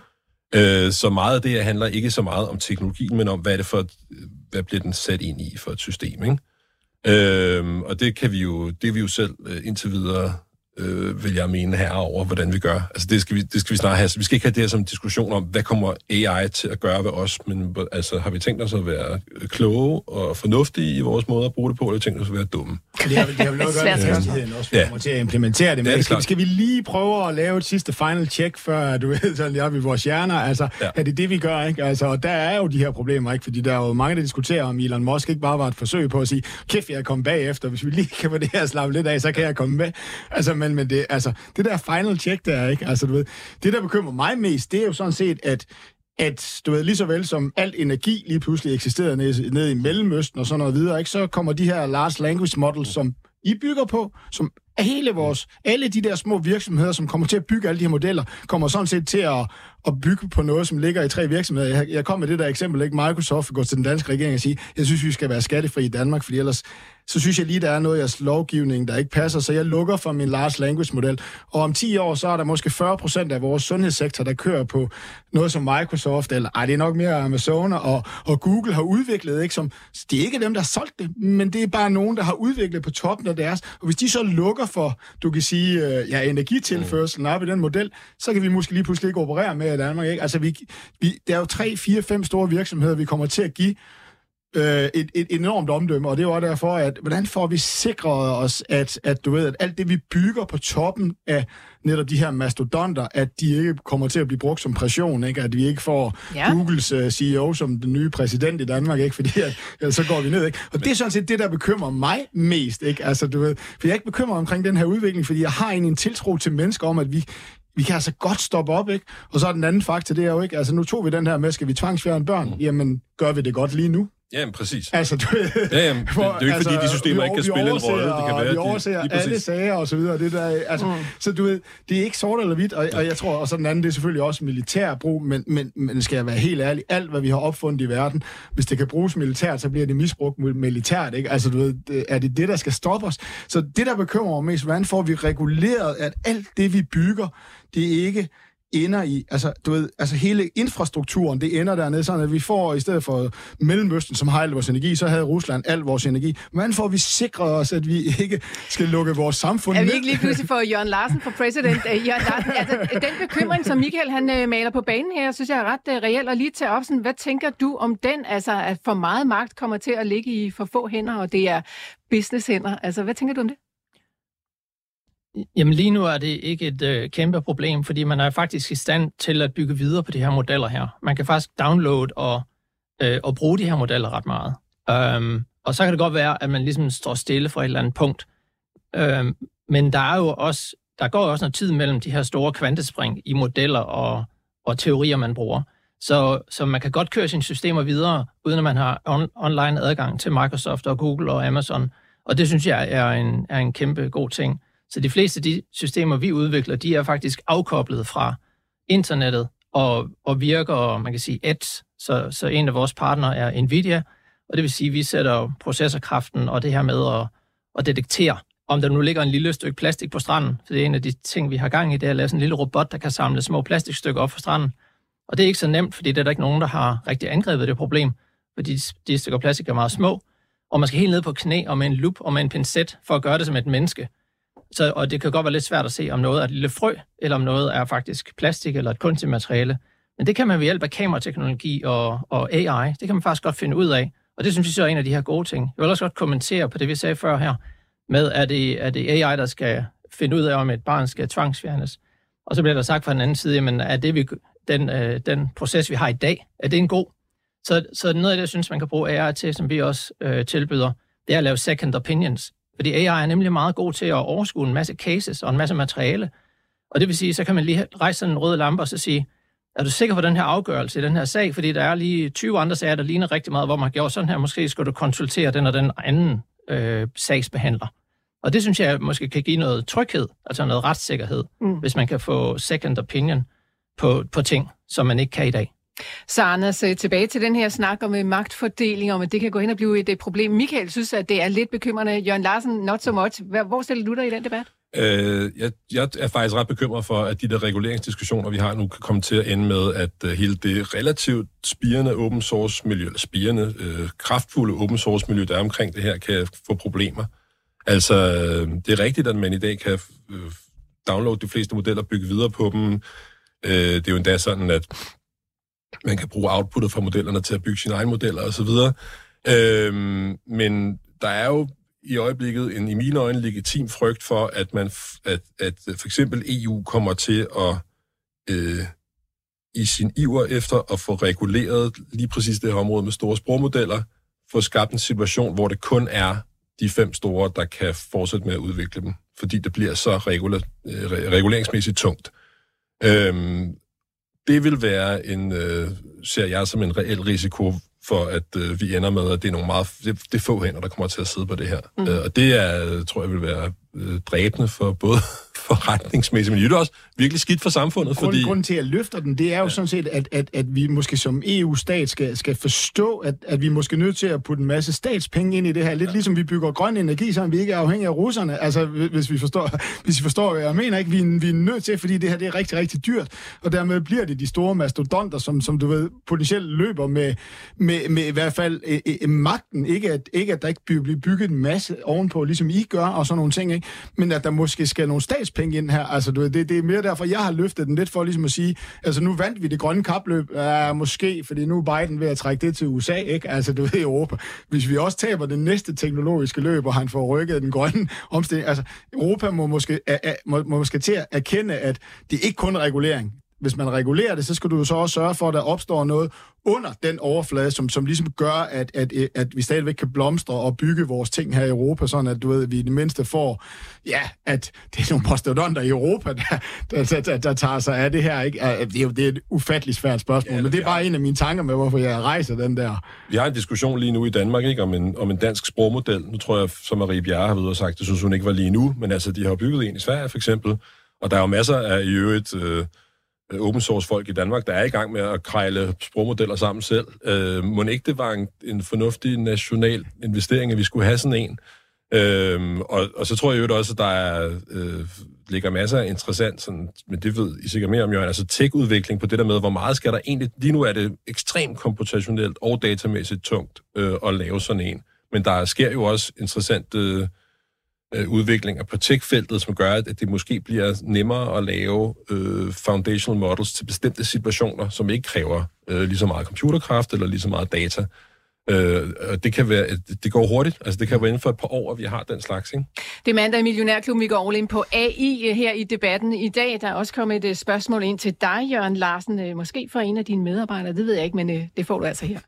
S6: Så meget af det handler ikke så meget om teknologien, men om, hvad bliver den sat ind i for et system, ikke? Og det er vi jo selv indtil videre vil jeg mene herover, hvordan vi gør. Altså det skal vi snart have. Vi skal ikke have det her som en diskussion om, hvad kommer AI til at gøre ved os, men altså har vi tænkt os at være kloge og fornuftige i vores måde at bruge det på, eller tænkt os at være dumme?
S4: Det har vel noget at gøre med hastigheden også, vi kommer til at implementere det. Men skal vi lige prøve at lave et sidste final check, før du ved, sådan lige op i vores hjerner? Altså, er det vi gør, ikke? Altså, og der er jo de her problemer, ikke? Fordi der er jo mange, der diskuterer, om Elon Musk ikke bare var et forsøg på at sige, kæft, jeg er kommet bagefter. Hvis vi lige kan få det her slappet lidt af, så kan jeg komme med. Altså, men det, altså, det der final check der, ikke? Altså, du ved, det der bekymrer mig mest, det er jo sådan set, at du ved, lige så vel som alt energi lige pludselig eksisterer nede i Mellemøsten og sådan noget videre, ikke? Så kommer de her large language models, som I bygger på, som alle de der små virksomheder, som kommer til at bygge alle de her modeller, kommer sådan set til at bygge på noget, som ligger i 3 virksomheder. Jeg kom med det der eksempel, ikke? Microsoft går til den danske regering og siger, jeg synes, vi skal være skattefri i Danmark, fordi ellers så synes jeg lige, der er noget i jeres lovgivning, der ikke passer, så jeg lukker for min large language model. Og om 10 år, så er der måske 40% af vores sundhedssektor, der kører på noget som Microsoft, eller det er nok mere Amazon, og Google har udviklet, ikke? Det er ikke dem, der har solgt det, men det er bare nogen, der har udviklet på toppen af deres. Og hvis de så lukker for, du kan sige, energitilførselen op i den model, så kan vi måske lige pludselig ikke operere med i Danmark, ikke? Altså, der er jo 3, 4, 5 store virksomheder, vi kommer til at give et enormt omdømme, og det er jo også derfor, at hvordan får vi sikret os, at du ved, at alt det, vi bygger på toppen af netop de her mastodonter, at de ikke kommer til at blive brugt som pression, ikke? At vi ikke får Googles CEO som den nye præsident i Danmark, ikke? Fordi så går vi ned, ikke? Og det er sådan set det, der bekymrer mig mest, ikke? Altså, du ved, for jeg er ikke bekymret omkring den her udvikling, fordi jeg har en tiltro til mennesker om, at vi kan altså godt stoppe op, ikke? Og så er den anden faktor, det er jo ikke, altså nu tog vi den her med, skal vi tvangsfjerne børn? Jamen, gør vi det godt lige nu?
S6: Jamen, præcis.
S4: Altså,
S6: det er jo ikke, fordi de systemer ikke kan spille en rolle. Det kan være,
S4: vi overser alle sager og så videre. Det der, altså, så du ved, det er ikke sort eller hvidt, og jeg tror, og så den anden, det er selvfølgelig også militær brug, men skal jeg være helt ærlig, alt, hvad vi har opfundet i verden, hvis det kan bruges militært, så bliver det misbrugt militært, ikke? Altså, du ved, er det, der skal stoppe os? Så det, der bekymrer mig mest, hvordan får vi reguleret, at alt det, vi bygger, det ikke ender i, altså, du ved, altså hele infrastrukturen, det ender dernede, sådan at vi får, i stedet for Mellemøsten, som har al vores energi, så havde Rusland al vores energi. Hvordan får vi sikret os, at vi ikke skal lukke vores samfund ned?
S3: Er vi ikke lige pludselig for Jørgen Larsen for præsident? Jørgen Larsen, altså, den bekymring, som Michael han maler på banen her, synes jeg er ret reelt at lige tage op. Sådan, hvad tænker du om den, altså, at for meget magt kommer til at ligge i for få hænder, og det er business-hænder? Altså, hvad tænker du om det?
S5: Jamen lige nu er det ikke et kæmpe problem, fordi man er faktisk i stand til at bygge videre på de her modeller her. Man kan faktisk downloade og bruge de her modeller ret meget. Og så kan det godt være, at man ligesom står stille fra et eller andet punkt. Men der går også noget tid mellem de her store kvantespring i modeller og teorier, man bruger. Så man kan godt køre sine systemer videre, uden at man har online adgang til Microsoft og Google og Amazon. Og det synes jeg er en kæmpe god ting. Så de fleste af de systemer, vi udvikler, de er faktisk afkoblet fra internettet og virker, man kan sige, edge. Så en af vores partnere er Nvidia, og det vil sige, at vi sætter processorkraften og det her med at detektere, om der nu ligger en lille stykke plastik på stranden. For det er en af de ting, vi har gang i, det er at lave sådan en lille robot, der kan samle små plastikstykker op fra stranden. Og det er ikke så nemt, fordi det er der ikke nogen, der har rigtig angrebet det problem, fordi de stykker plastik er meget små, og man skal helt ned på knæ og med en lup og med en pincet for at gøre det som et menneske. Og det kan godt være lidt svært at se, om noget er et lille frø, eller om noget er faktisk plastik eller et kunstigt materiale. Men det kan man ved hjælp af kamerateknologi og AI, det kan man faktisk godt finde ud af. Og det synes jeg så er en af de her gode ting. Jeg vil også godt kommentere på det, vi sagde før her, med er det AI, der skal finde ud af, om et barn skal tvangsfjernes. Og så bliver der sagt fra den anden side, men er det den proces, vi har i dag, er det en god? Så noget af det, jeg synes, man kan bruge AI til, som vi også tilbyder, det er at lave second opinions. Fordi AI er nemlig meget god til at overskue en masse cases og en masse materiale. Og det vil sige, så kan man lige rejse sådan en rød lampe og så sige, er du sikker på den her afgørelse i den her sag? Fordi der er lige 20 andre sager, der ligner rigtig meget, hvor man har gjort sådan her. Måske skal du konsultere den og den anden sagsbehandler. Og det synes jeg måske kan give noget tryghed, altså noget retssikkerhed, hvis man kan få second opinion på ting, som man ikke kan i dag.
S3: Så Anders, tilbage til den her snak om magtfordeling, om at det kan gå hen og blive et problem. Michael synes, at det er lidt bekymrende. Jørgen Larsen, not so much. Hvor stiller du dig i den debat?
S6: Jeg er faktisk ret bekymret for, at de der reguleringsdiskussioner, vi har nu, kan komme til at ende med, at hele det relativt spirende open source miljø, eller kraftfulde open source miljø, der er omkring det her, kan få problemer. Altså, det er rigtigt, at man i dag kan downloade de fleste modeller, bygge videre på dem. Det er jo endda sådan, at man kan bruge outputtet fra modellerne til at bygge sine egne modeller osv. Men der er jo i øjeblikket i mine øjne legitim frygt for, at for eksempel EU kommer til at i sin iver efter at få reguleret lige præcis det her område med store sprogmodeller, få skabt en situation, hvor det kun er de 5 store, der kan fortsætte med at udvikle dem. fordi det bliver så reguleringsmæssigt tungt. Det vil være ser jeg som en reel risiko for, at vi ender med, at det er nogle det er få hænder, der kommer til at sidde på det her. Og det tror jeg vil være dræbende for både forretningsmæssigt, men det er også virkelig skidt for samfundet.
S4: Grunden til at løfte den, det er jo sådan set, at vi måske som EU-stat skal forstå, at vi måske er nødt til at putte en masse statspenge ind i det her. Lidt ligesom vi bygger grøn energi, så vi ikke er afhængige af russerne. Altså, hvis I forstår, hvad jeg mener, ikke? Vi er nødt til, fordi det her det er rigtig, rigtig dyrt, og dermed bliver det de store mastodonter, som du ved, potentielt løber med i hvert fald magten. Ikke at der ikke bliver bygget en masse ovenpå, ligesom I gør, og sådan nogle ting, ikke? Men at der måske skal nogle statspenge ind her. Altså, du ved, det er mere derfor, jeg har løftet den lidt for ligesom at sige, altså nu vandt vi det grønne kapløb, måske, fordi nu er Biden ved at trække det til USA, ikke? Altså, du ved, Europa. Hvis vi også taber det næste teknologiske løb, og han får rykket den grønne omstilling, altså, Europa må måske til at erkende, at det ikke kun er regulering. Hvis man regulerer det, så skal du jo så også sørge for, at der opstår noget under den overflade, som ligesom gør, at vi stadigvæk kan blomstre og bygge vores ting her i Europa, sådan at du ved, vi i det mindste får, at det er nogle mastodonter i Europa, der tager sig af det her. Ikke? Det er et ufatteligt svært spørgsmål, men det er bare en af mine tanker med, hvorfor jeg rejser den der.
S6: Vi har en diskussion lige nu i Danmark, ikke, om en dansk sprogmodel. Nu tror jeg, som Marie Bjerre har været og sagt, det synes hun ikke var lige nu, men altså, de har bygget en i Sverige for eksempel, og der er jo masser af i øvrigt open source folk i Danmark, der er i gang med at krejle sprogmodeller sammen selv. Må ikke det var en fornuftig national investering, at vi skulle have sådan en? Og så tror jeg jo også, at der ligger masser af interessant, sådan, men det ved I sikkert mere om, Jørgen, altså tech-udvikling på det der med, hvor meget skal der egentlig... Lige nu er det ekstremt komputationelt og datamæssigt tungt at lave sådan en. Men der sker jo også interessant udviklinger på tech-feltet, som gør, at det måske bliver nemmere at lave foundational models til bestemte situationer, som ikke kræver lige så meget computerkraft eller lige så meget data. Det kan være, det går hurtigt. Altså det kan være inden for et par år, at vi har den slags, ikke?
S3: Det er mandag i Millionærklubben. Vi går all in på AI her i debatten i dag. Der er også kommet et spørgsmål ind til dig, Jørgen Larsen. Måske fra en af dine medarbejdere, det ved jeg ikke, men det får du altså her.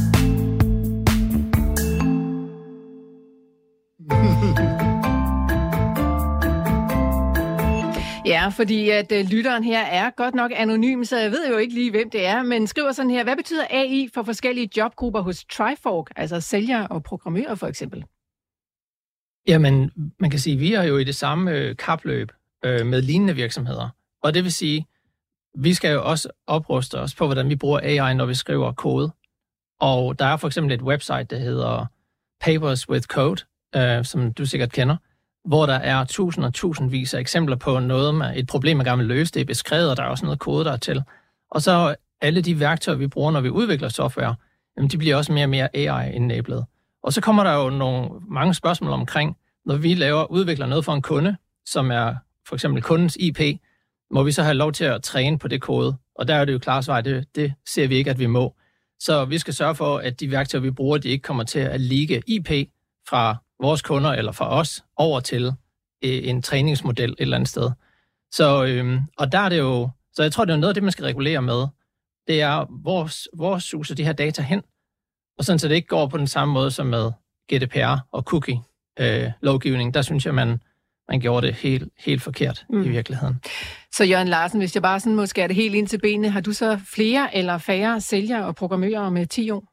S3: Ja, fordi at lytteren her er godt nok anonym, så jeg ved jo ikke lige, hvem det er, men skriver sådan her: hvad betyder AI for forskellige jobgrupper hos Trifork, altså sælgere og programmører for eksempel?
S5: Jamen, man kan sige, at vi er jo i det samme kapløb med lignende virksomheder. Og det vil sige, vi skal jo også opruste os på, hvordan vi bruger AI, når vi skriver kode. Og der er for eksempel et website, der hedder Papers with Code, som du sikkert kender, hvor der er tusindvis af eksempler på noget med et problem, man gerne vil løse. Det er beskrevet, og der er også noget kode, der er til. Og så alle de værktøjer, vi bruger, når vi udvikler software, jamen, de bliver også mere og mere AI-enabled. Og så kommer der jo mange spørgsmål omkring, når vi udvikler noget for en kunde, som er for eksempel kundens IP, må vi så have lov til at træne på det kode. Og der er det jo klart svar, det ser vi ikke, at vi må. Så vi skal sørge for, at de værktøjer, vi bruger, de ikke kommer til at ligge IP fra vores kunder eller fra os over til en træningsmodel et eller andet sted. Så, og der er det jo, så jeg tror, det er noget af det, man skal regulere med. Det er, hvor suser de her data hen, og sådan så det ikke går på den samme måde som med GDPR og cookie-lovgivning. Der synes jeg, man gjorde det helt forkert i virkeligheden.
S3: Så Jørgen Larsen, hvis jeg bare sådan må skære det helt ind til benene, har du så flere eller færre sælgere og programmører med 10 år?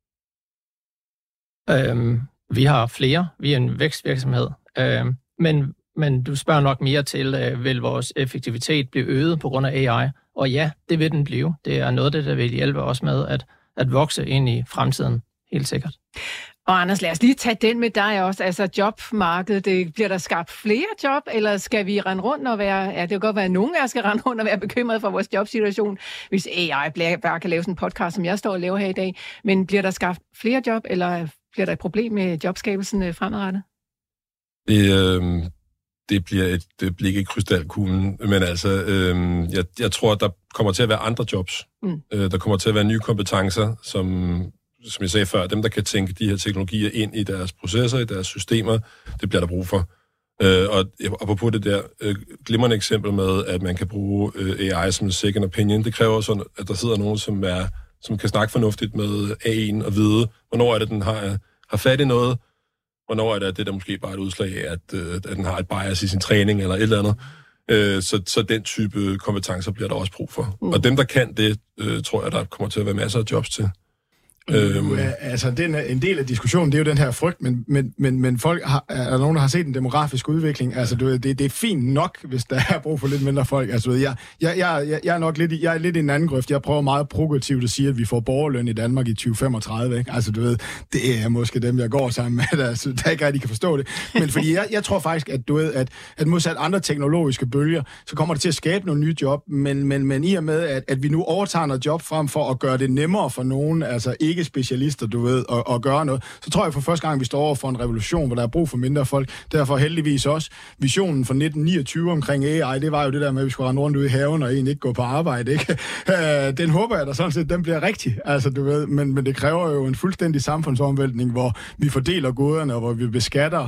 S5: Vi har flere. Vi er en vækstvirksomhed. Men du spørger nok mere til, vil vores effektivitet blive øget på grund af AI? Og ja, det vil den blive. Det er noget af det, der vil hjælpe os med at vokse ind i fremtiden, helt sikkert.
S3: Og Anders, lad os lige tage den med dig også. Altså jobmarkedet, bliver der skabt flere job, eller skal vi rende rundt og være... Ja, det kan godt være, at nogen af os skal rende rundt og være bekymret for vores jobsituation, hvis AI bare kan lave sådan en podcast, som jeg står og laver her i dag. Men bliver der skabt flere job, eller bliver der et problem med jobskabelsen fremadrettet?
S6: Det bliver et blik i krystalkuglen, men altså, jeg tror, at der kommer til at være andre jobs. Der kommer til at være nye kompetencer, som jeg sagde før, dem, der kan tænke de her teknologier ind i deres processer, i deres systemer, det bliver der brug for. Og apropos det der glimrende eksempel med, at man kan bruge AI som en second opinion, det kræver sådan, at der sidder nogen, som kan snakke fornuftigt med AI'en og vide, hvornår er det, den har fat i noget, Hvornår er det der måske bare et udslag af, at den har et bias i sin træning eller et eller andet. Så den type kompetencer bliver der også brug for. Og dem, der kan det, tror jeg, der kommer til at være masser af jobs til.
S4: Altså, en del af diskussionen, det er jo den her frygt, men folk er der nogen, der har set en demografisk udvikling? Altså, det er fint nok, hvis der er brug for lidt mindre folk. Altså, jeg er nok lidt i en anden grøft. Jeg prøver meget progressivt at sige, at vi får borgerløn i Danmark i 2035, ikke? Altså, det er måske dem, jeg går sammen med, der ikke rigtig kan forstå det. Men fordi jeg tror faktisk, at modsat andre teknologiske bølger, så kommer det til at skabe nogle nye job, men i og med, at vi nu overtager noget job frem for at gøre det nemmere for nogen, altså ikke specialister, at gøre noget, så tror jeg for første gang, vi står over for en revolution, hvor der er brug for mindre folk. Derfor heldigvis også visionen fra 1929 omkring AI, det var jo det der med, at vi skulle rende rundt ude i haven og egentlig ikke gå på arbejde, ikke? Den håber jeg da sådan set, den bliver rigtig. Altså, men det kræver jo en fuldstændig samfundsomvæltning, hvor vi fordeler goderne, og hvor vi beskatter,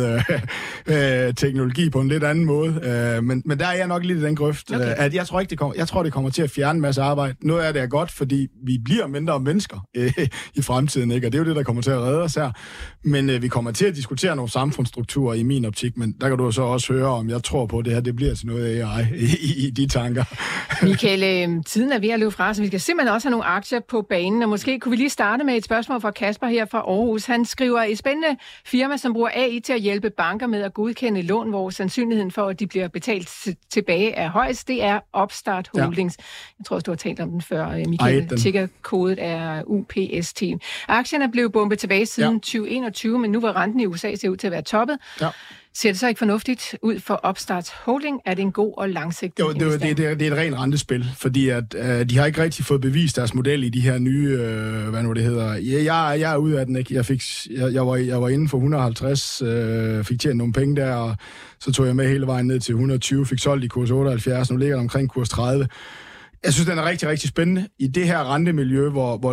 S4: teknologi på en lidt anden måde. Men der er jeg nok lidt i den grøft, at jeg tror, det kommer til at fjerne en masse arbejde. Noget af det er godt, fordi vi bliver mindre mennesker i fremtiden, ikke? Og det er jo det, der kommer til at redde os her. Men vi kommer til at diskutere nogle samfundsstrukturer i min optik, men der kan du så også høre, om jeg tror på, at det her det bliver til noget AI i de tanker.
S3: Michael, tiden er ved at løbe fra, så vi skal simpelthen også have nogle aktier på banen, og måske kunne vi lige starte med et spørgsmål fra Kasper her fra Aarhus. Han skriver, et spændende firma, som bruger AI til at hjælpe banker med at godkende lån, hvor sandsynligheden for, at de bliver betalt tilbage er højst, det er Upstart Holdings. Ja. Jeg tror også, du har talt om den før, Michael. Tickerkodet er UPST. Aktien er blevet bombet tilbage siden 2021, men nu hvor renten i USA ser ud til at være toppet. Ja. Ser det så ikke fornuftigt ud for Upstart Holding? Er det en god og langsigtet investering? Det er
S4: et rent rentespil, fordi at de har ikke rigtig fået bevist deres model i de her nye, hvad nu det hedder. Jeg er ude af den, ikke? Jeg var inde for 150, fik tjent nogle penge der, og så tog jeg med hele vejen ned til 120, fik solgt i kurs 78, nu ligger der omkring kurs 30. Jeg synes, den er rigtig, rigtig spændende i det her rentemiljø,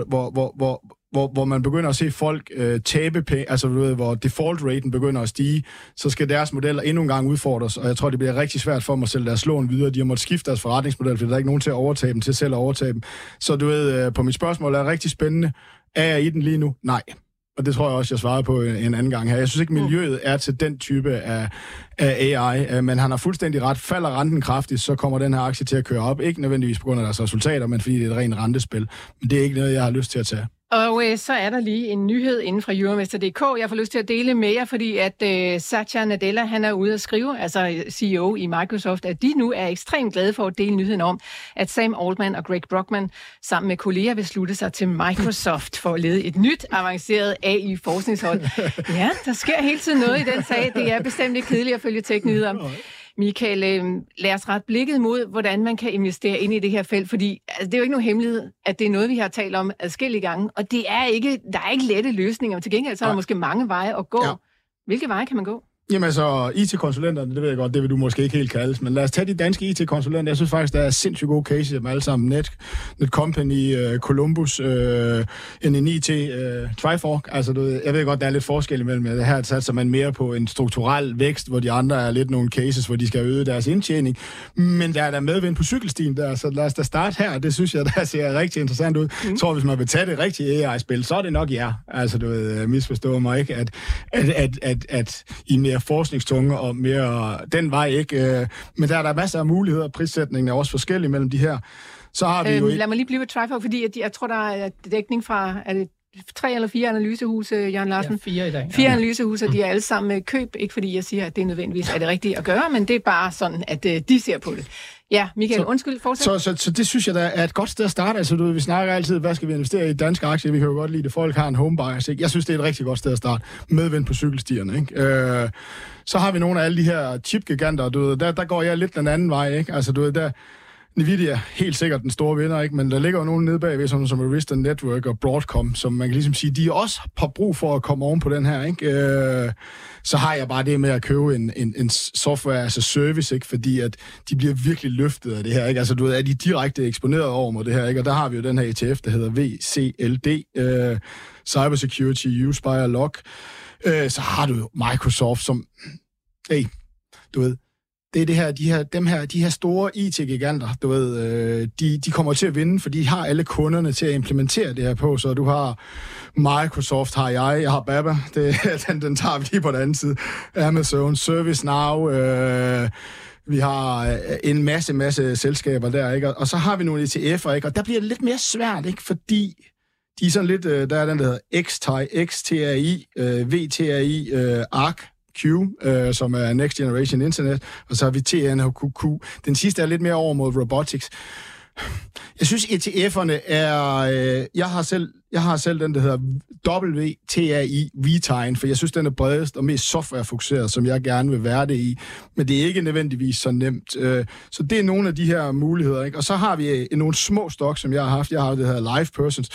S4: hvor man begynder at se folk tabe penge, altså hvor default-raten begynder at stige, så skal deres modeller endnu en gang udfordres, og jeg tror, det bliver rigtig svært for dem at sælge deres lån videre. De har måttet skifte deres forretningsmodel, fordi der er ikke nogen til at overtage dem, til selv at overtage dem. Så på mit spørgsmål er rigtig spændende. Er jeg i den lige nu? Nej. Og det tror jeg også, jeg svarede på en anden gang her. Jeg synes ikke, miljøet er til den type af AI, men han har fuldstændig ret. Falder renten kraftigt, så kommer den her aktie til at køre op. Ikke nødvendigvis på grund af deres resultater, men fordi det er et rent rentespil. Men det er ikke noget, jeg har lyst til at tage.
S3: Og så er der lige en nyhed inden fra Euroinvestor.dk, jeg får lyst til at dele med jer, fordi at Satya Nadella, han er ude at skrive, altså CEO i Microsoft, at de nu er ekstremt glade for at dele nyheden om, at Sam Altman og Greg Brockman sammen med kolleger vil slutte sig til Microsoft for at lede et nyt avanceret AI-forskningshold. Ja, der sker hele tiden noget i den sag. Det er bestemt ikke kedeligt at følge tech-nyheder. Michael, lad os rette blikket mod, hvordan man kan investere ind i det her felt, fordi altså, det er jo ikke nogen hemmelighed, at det er noget, vi har talt om adskillige gange, og der er ikke lette løsninger, men til gengæld så er der måske mange veje at gå. Ja. Hvilke veje kan man gå?
S4: Jamen altså, IT-konsulenterne, det ved jeg godt, det vil du måske ikke helt kaldes, men lad os tage de danske IT-konsulenter. Jeg synes faktisk, der er sindssygt gode cases dem alle sammen. Netcompany, Columbus, NNIT, Trifork. Altså, jeg ved godt, der er lidt forskel imellem. Det her satser man mere på en strukturel vækst, hvor de andre er lidt nogle cases, hvor de skal øge deres indtjening. Men der er der medvind på cykelstien der, så lad os da starte her. Det synes jeg, der ser rigtig interessant ud. Jeg tror, hvis man vil tage det rigtige AI-spil, så er det nok Altså, misforstå mig ikke, at I mere forskningstunge og mere den vej, ikke? Men der er der masser af muligheder. Prissætningen er også forskellig mellem de her. Så har vi jo
S3: lad mig lige blive ved Trifork, fordi jeg tror, der er dækning fra 3 eller 4 analysehuse, Jørgen Larsen?
S5: Ja, 4 i dag.
S3: 4 analysehuse, de er alle sammen med køb. Ikke fordi jeg siger, at det nødvendigvis er det rigtige at gøre, men det er bare sådan, at de ser på det. Ja, Michael, undskyld, fortsæt.
S4: Så det synes jeg, der er et godt sted at starte. Altså, vi snakker altid, hvad skal vi investere i danske aktier? Vi kan jo godt lide, at folk har en home bias, ikke? Jeg synes, det er et rigtig godt sted at starte. Medvind på cykelstierne, ikke? Så har vi nogle af alle de her chip-giganter, der går jeg lidt den anden vej, ikke? Altså, der Nvidia er helt sikkert den store vinder, ikke? Men der ligger jo nogen nede bagved, som Arista Network og Broadcom, som man kan ligesom sige, de også har brug for at komme oven på den her, ikke? Så har jeg bare det med at købe en software as a service, ikke? Fordi at de bliver virkelig løftet af det her, ikke? Altså, er de direkte eksponeret over mod det her, ikke? Og der har vi jo den her ETF, der hedder VCLD, Cybersecurity, Use by a Lock. Så har du jo Microsoft, som, det er de her store IT-giganter, du ved, de kommer til at vinde, for de har alle kunderne til at implementere det her på, så du har Microsoft, har jeg har Baba, den tager vi lige på den anden side, Amazon, ServiceNow, vi har en masse selskaber der, ikke? Og så har vi nogle ETF'er, ikke? Og der bliver det lidt mere svært, ikke? Fordi de er sådan lidt, der er den, der hedder XTRI, VTRI, ARK, som er Next Generation Internet, og så har vi TNHQQ. Den sidste er lidt mere over mod robotics. Jeg synes, ETF'erne er... Jeg har selv den, der hedder WTRI VTIN, for jeg synes, den er bredest og mest softwarefokuseret, som jeg gerne vil være det i. Men det er ikke nødvendigvis så nemt. Så det er nogle af de her muligheder, ikke? Og så har vi nogle små stocks, som jeg har haft. Jeg har det her Life Persons,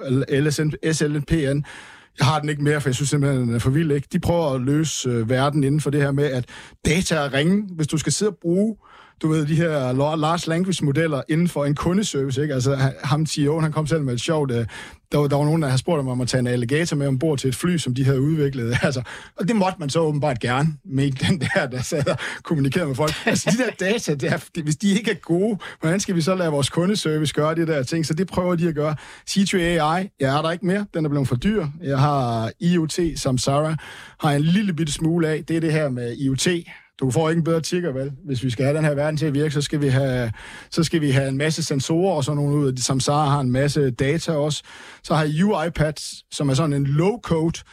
S4: SLPN. Jeg har den ikke mere, for jeg synes simpelthen, den er for vild, ikke? De prøver at løse verden inden for det her med, at data er ringe. Hvis du skal sidde og bruge, du ved, de her large language modeller inden for en kundeservice, ikke? Altså, ham CEO'en, han kom selv med et sjovt... Der var nogen, der havde spurgt om at tage en alligator med ombord til et fly, som de havde udviklet. Altså, og det måtte man så åbenbart gerne med den der sad og kommunikerede med folk. Altså, de der data, hvis de ikke er gode, hvordan skal vi så lade vores kundeservice gøre de der ting? Så det prøver de at gøre. C3 AI, jeg er der ikke mere. Den er blevet for dyr. Jeg har IoT, Samsara, har en lille bitte smule af. Det er det her med IoT. Du får ikke en bedre tikker, vel? Hvis vi skal have den her verden til at virke, så skal vi have en masse sensorer og sådan nogle ud. Samsara har en masse data også. Så har jeg UiPath, som er sådan en low-code.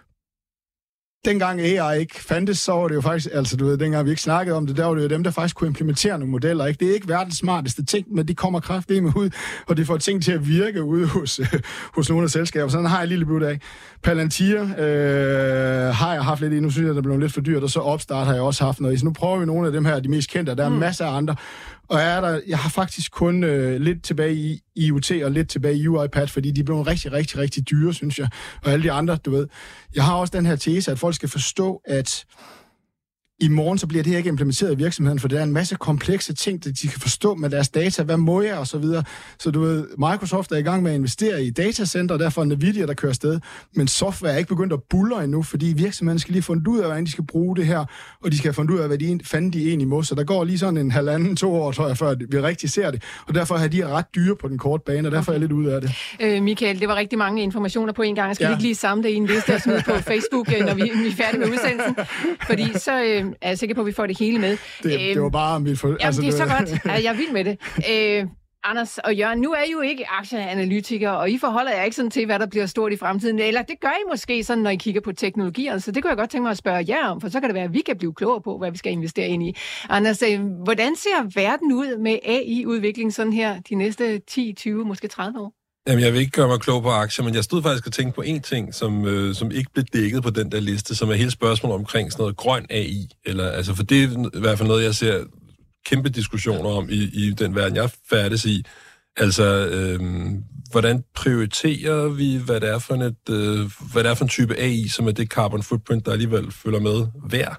S4: Dengang AI ikke fandtes, så var det jo faktisk, altså du ved, dengang vi ikke snakkede om det, der var det jo dem, der faktisk kunne implementere nogle modeller, ikke? Det er ikke verdens smarteste ting, men de kommer kraftigt ud, og det får ting til at virke ude hos nogle af selskaber. Sådan har jeg en lille bud af. Palantir har jeg haft lidt i, nu synes jeg, det blev lidt for dyrt, og så Opstart har jeg også haft noget i. Så nu prøver vi nogle af dem her, de mest kendte, og der er masser af andre. Og jeg har faktisk kun lidt tilbage i IoT og lidt tilbage i UiPath, fordi de blev rigtig dyre, synes jeg. Og alle de andre, du ved. Jeg har også den her tese, at folk skal forstå, at i morgen så bliver det her ikke implementeret i virksomheden, for der er en masse komplekse ting, de kan forstå med deres data, hvad må jeg, og så videre. Så du ved, Microsoft er i gang med at investere i datacenter, derfor er Nvidia, der kører afsted, men software er ikke begyndt at buldre endnu, fordi virksomheden skal lige finde ud af, hvordan de skal bruge det her, og de skal finde ud af, hvad de egentlig må. Så der går lige sådan 1,5-2 år, tror jeg, før vi rigtig ser det, og derfor har de ret dyre på den korte bane, og derfor er jeg lidt ud af det.
S3: Michael, det var rigtig mange informationer på en gang. Jeg skal ikke lige samle det i en liste og smide på Facebook, når vi er færdige med udsendelsen, fordi så er jeg sikker på, at vi får det hele med.
S4: Det var bare mit
S3: det er så godt. Jeg er vild med det. Anders og Jørgen, nu er I jo ikke aktieanalytikere, og I forholder jer ikke sådan til, hvad der bliver stort i fremtiden. Eller det gør I måske sådan, når I kigger på teknologier. Så det kunne jeg godt tænke mig at spørge jer om, for så kan det være, at vi kan blive klogere på, hvad vi skal investere ind i. Anders, hvordan ser verden ud med AI-udvikling sådan her de næste 10, 20, måske 30 år?
S6: Jamen, jeg vil ikke gøre mig klog på aktier, men jeg stod faktisk og tænkte på en ting, som ikke blev dækket på den der liste, som er hele spørgsmålet omkring sådan noget grøn AI. Eller, altså, for det er i hvert fald noget, jeg ser kæmpe diskussioner om i den verden, jeg færdes i. Altså, hvordan prioriterer vi, hvad det er for en type AI, som er det carbon footprint, der alligevel følger med hver?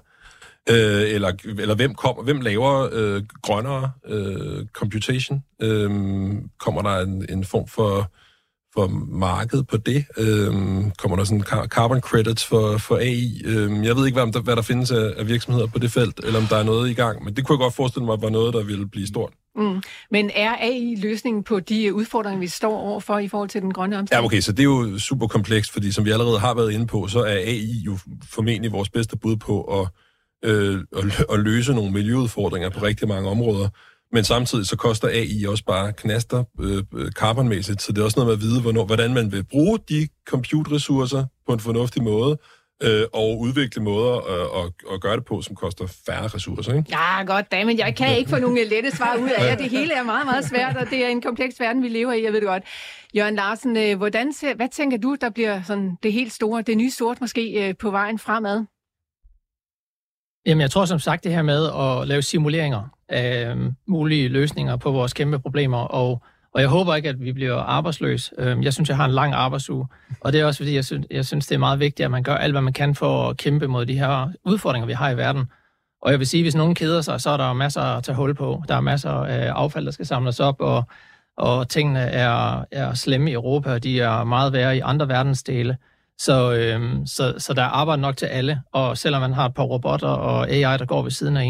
S6: Eller hvem laver grønnere computation? Kommer der en form for marked på det? Kommer der sådan carbon credits for AI? Jeg ved ikke, hvad der findes af virksomheder på det felt, eller om der er noget i gang, men det kunne jeg godt forestille mig, var noget, der ville blive stort.
S3: Men er AI løsningen på de udfordringer, vi står overfor i forhold til den grønne omstilling?
S6: Ja, okay, så det er jo super komplekst, fordi som vi allerede har været inde på, så er AI jo formentlig vores bedste bud på at løse nogle miljøudfordringer på rigtig mange områder. Men samtidig så koster AI også bare knaster carbonmæssigt, så det er også noget med at vide, hvordan man vil bruge de compute-ressourcer på en fornuftig måde, og udvikle måder at gøre det på, som koster færre ressourcer, ikke?
S3: Ja, godt da, men jeg kan ikke få nogle lette svar ud af jer. Det hele er meget, meget svært, og det er en kompleks verden, vi lever i, jeg ved det godt. Jørgen Larsen, hvad tænker du, der bliver sådan det helt store, det nye sort måske på vejen fremad?
S5: Jamen, jeg tror som sagt det her med at lave simuleringer af mulige løsninger på vores kæmpe problemer, og jeg håber ikke, at vi bliver arbejdsløse. Jeg synes, jeg har en lang arbejdsuge, og det er også fordi, jeg synes, det er meget vigtigt, at man gør alt, hvad man kan for at kæmpe mod de her udfordringer, vi har i verden. Og jeg vil sige, hvis nogen keder sig, så er der masser at tage hul på. Der er masser af affald, der skal samles op, og tingene er slemme i Europa, og de er meget værre i andre verdensdele. Så der er arbejde nok til alle, og selvom man har et par robotter og AI, der går ved siden af en,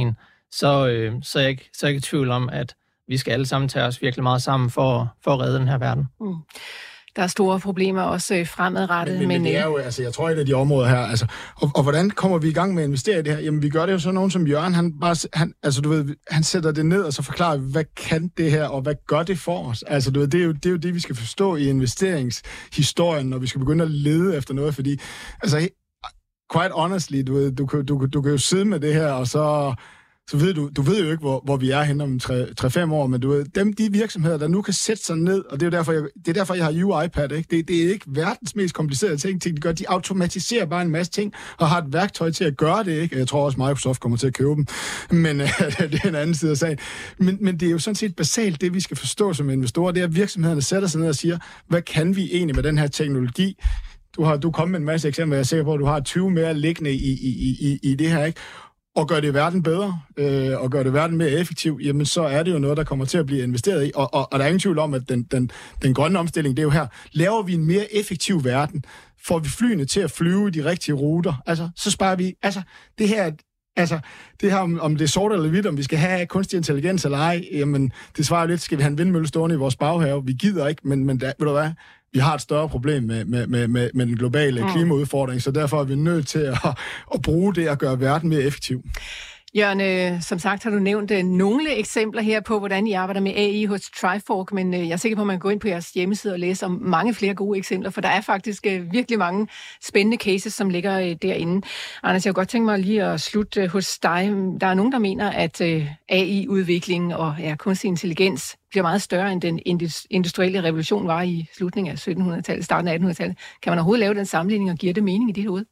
S5: så er jeg ikke i tvivl om, at vi skal alle sammen tage os virkelig meget sammen for at redde den her verden. Mm.
S3: Der er store problemer også fremadrettet.
S4: Men det er jo, altså, jeg tror, et af de områder her, altså, og hvordan kommer vi i gang med at investere i det her? Jamen, vi gør det jo sådan nogen som Jørgen, han sætter det ned, og så forklarer, hvad kan det her, og hvad gør det for os? Altså, det er jo det, vi skal forstå i investeringshistorien, når vi skal begynde at lede efter noget, fordi, altså, quite honestly, du kan jo sidde med det her, og så ved du ved jo ikke, hvor vi er henne om 3-5 år, men de virksomheder, der nu kan sætte sig ned, og det er derfor, jeg har UiPath, ikke? Det er ikke verdens mest komplicerede ting, de gør. De automatiserer bare en masse ting, og har et værktøj til at gøre det, ikke? Jeg tror også, Microsoft kommer til at købe dem, men det er en anden side af sagen. Men det er jo sådan set basalt, det vi skal forstå som investorer, det er, at virksomhederne sætter sig ned og siger, hvad kan vi egentlig med den her teknologi? Du kommet med en masse eksempler, jeg er sikker på, at du har 20 mere liggende i det her, ikke? Og gør det verden bedre, og gør det verden mere effektiv, jamen så er det jo noget, der kommer til at blive investeret i. Og der er ingen tvivl om, at den grønne omstilling, det er jo her. Laver vi en mere effektiv verden, får vi flyene til at flyve i de rigtige ruter, altså så sparer vi, det her om det er sort eller hvidt, om vi skal have kunstig intelligens eller ej, jamen det svarer lidt, skal vi have en vindmølle stående i vores baghave? Vi gider ikke, men ved du hvad? Vi har et større problem med den globale klimaudfordring, så derfor er vi nødt til at bruge det at gøre verden mere effektiv.
S3: Jørgen, som sagt har du nævnt nogle eksempler her på, hvordan I arbejder med AI hos Trifork, men jeg er sikker på, at man kan gå ind på jeres hjemmeside og læse om mange flere gode eksempler, for der er faktisk virkelig mange spændende cases, som ligger derinde. Anders, jeg kunne godt tænke mig lige at slutte hos dig. Der er nogen, der mener, at AI-udvikling og kunstig intelligens bliver meget større, end den industrielle revolution var i slutningen af 1700-tallet, starten af 1800-tallet. Kan man overhovedet lave den sammenligning, og giver det mening i dit hoved?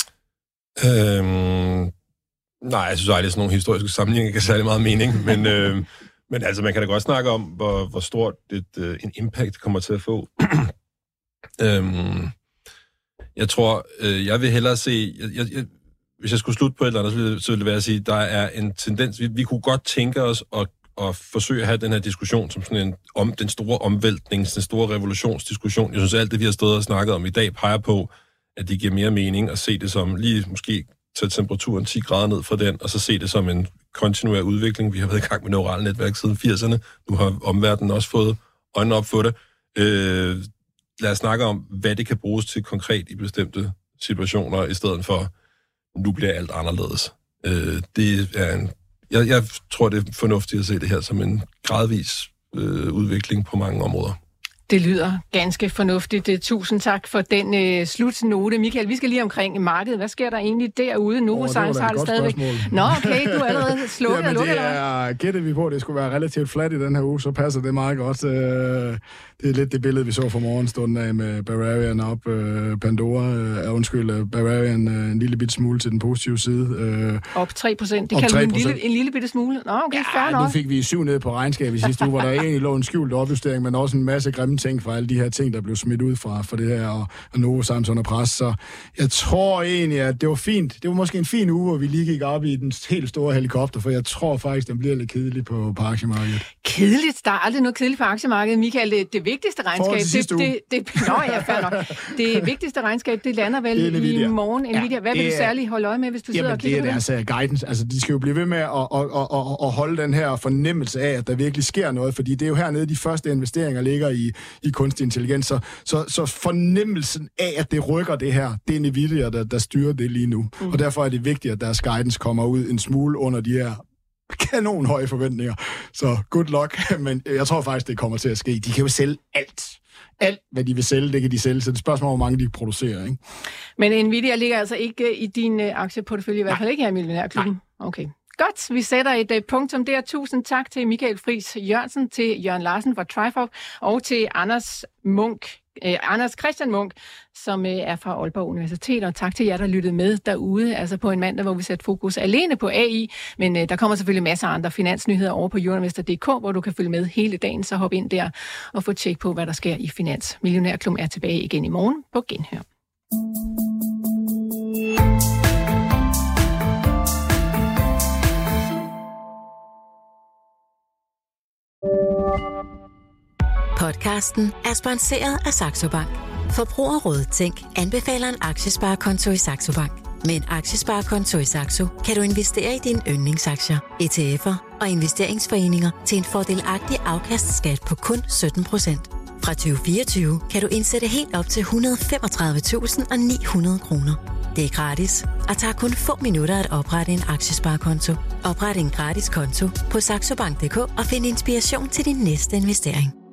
S6: Nej, jeg synes aldrig, sådan nogle historiske sammenligninger kan særlig meget mening, men altså, man kan da godt snakke om, hvor stort en impact kommer til at få. Jeg tror, jeg vil hellere se, hvis jeg skulle slutte på et eller andet, så ville det være at sige, der er en tendens, vi kunne godt tænke os at forsøge at have den her diskussion som sådan om den store omvæltning, den store revolutionsdiskussion. Jeg synes, alt det, vi har stået og snakket om i dag, peger på, at det giver mere mening at se det som lige måske tage temperaturen 10 grader ned fra den, og så se det som en kontinuer udvikling. Vi har været i gang med neurale netværk siden 80'erne. Nu har omverdenen også fået øjnene op for det. Lad os snakke om, hvad det kan bruges til konkret i bestemte situationer, i stedet for, nu bliver alt anderledes. Det er jeg tror, det er fornuftigt at se det her som en gradvis udvikling på mange områder.
S3: Det lyder ganske fornuftigt. Tusind tak for den slutnote. Michael, vi skal lige omkring markedet. Hvad sker der egentlig derude? Novozymes har det stadigvæk. Nå, okay, du er allerede slukket og lukket, eller
S4: gætter vi på, at det skulle være relativt fladt i den her uge, så passer det meget godt. Det er lidt det billede, vi så fra morgenstunden af med Bavarian op. Bavarian en lille bitte smule til den positive side.
S3: Op 3%. Det kalder du en lille bitte smule? Nå, okay, fair nok.
S4: Nu fik vi 7 ned på regnskabet i sidste uge, hvor der egentlig lå en skjult opjustering, men også en masse grimme ting fra alle de her ting, der blev smidt ud fra det her, og Novozymes under pres. Så jeg tror egentlig, at det var fint. Det var måske en fin uge, hvor vi lige gik op i den helt store helikopter, for jeg tror faktisk, den bliver lidt kedelig på aktiemarkedet.
S3: Kedeligt? Der er aldrig noget kedeligt på aktiemarkedet, Michael. Det vigtigste regnskab, det vigtigste regnskab, det lander vel i morgen. Nvidia. Hvad vil du særligt holde øje med, hvis du sidder og kigger på det?
S4: Det er deres guidance. Altså, de skal jo blive ved med at holde den her fornemmelse af, at der virkelig sker noget, fordi det er jo hernede, de første investeringer ligger i kunstig intelligens. Så fornemmelsen af, at det rykker det her, det er Nvidia, der styrer det lige nu. Og derfor er det vigtigt, at deres guidance kommer ud en smule under de her kanonhøje forventninger. Så good luck, men jeg tror faktisk, det kommer til at ske. De kan jo sælge alt. Alt, hvad de vil sælge, det kan de sælge. Så det er spørgsmål, hvor mange de producerer, ikke?
S3: Men Nvidia ligger altså ikke i din aktieportefølje, i hvert fald ikke her i Millionærklubben. Okay. Godt, vi sætter et punktum der. Tusind tak til Michael Friis Jørgensen, til Jørgen Larsen fra Trifork og til Anders Christian Munk, som er fra Aalborg Universitet, og tak til jer, der lyttede med derude, altså på en mandag, hvor vi satte fokus alene på AI, men der kommer selvfølgelig masser af andre finansnyheder over på euroinvestor.dk, hvor du kan følge med hele dagen, så hop ind der og få tjek på, hvad der sker i Finans. Millionærklubben er tilbage igen i morgen på Genhør.
S1: Podcasten er sponsoreret af Saxo Bank. Forbrugerrådet Tænk anbefaler en aktiesparekonto i Saxo Bank. Med en aktiesparekonto i Saxo kan du investere i dine yndlingsaktier, ETF'er og investeringsforeninger til en fordelagtig afkastskat på kun 17%. Fra 2024 kan du indsætte helt op til 135.900 kroner. Det er gratis og tager kun få minutter at oprette en aktiesparekonto. Opret en gratis konto på saxobank.dk og find inspiration til din næste investering.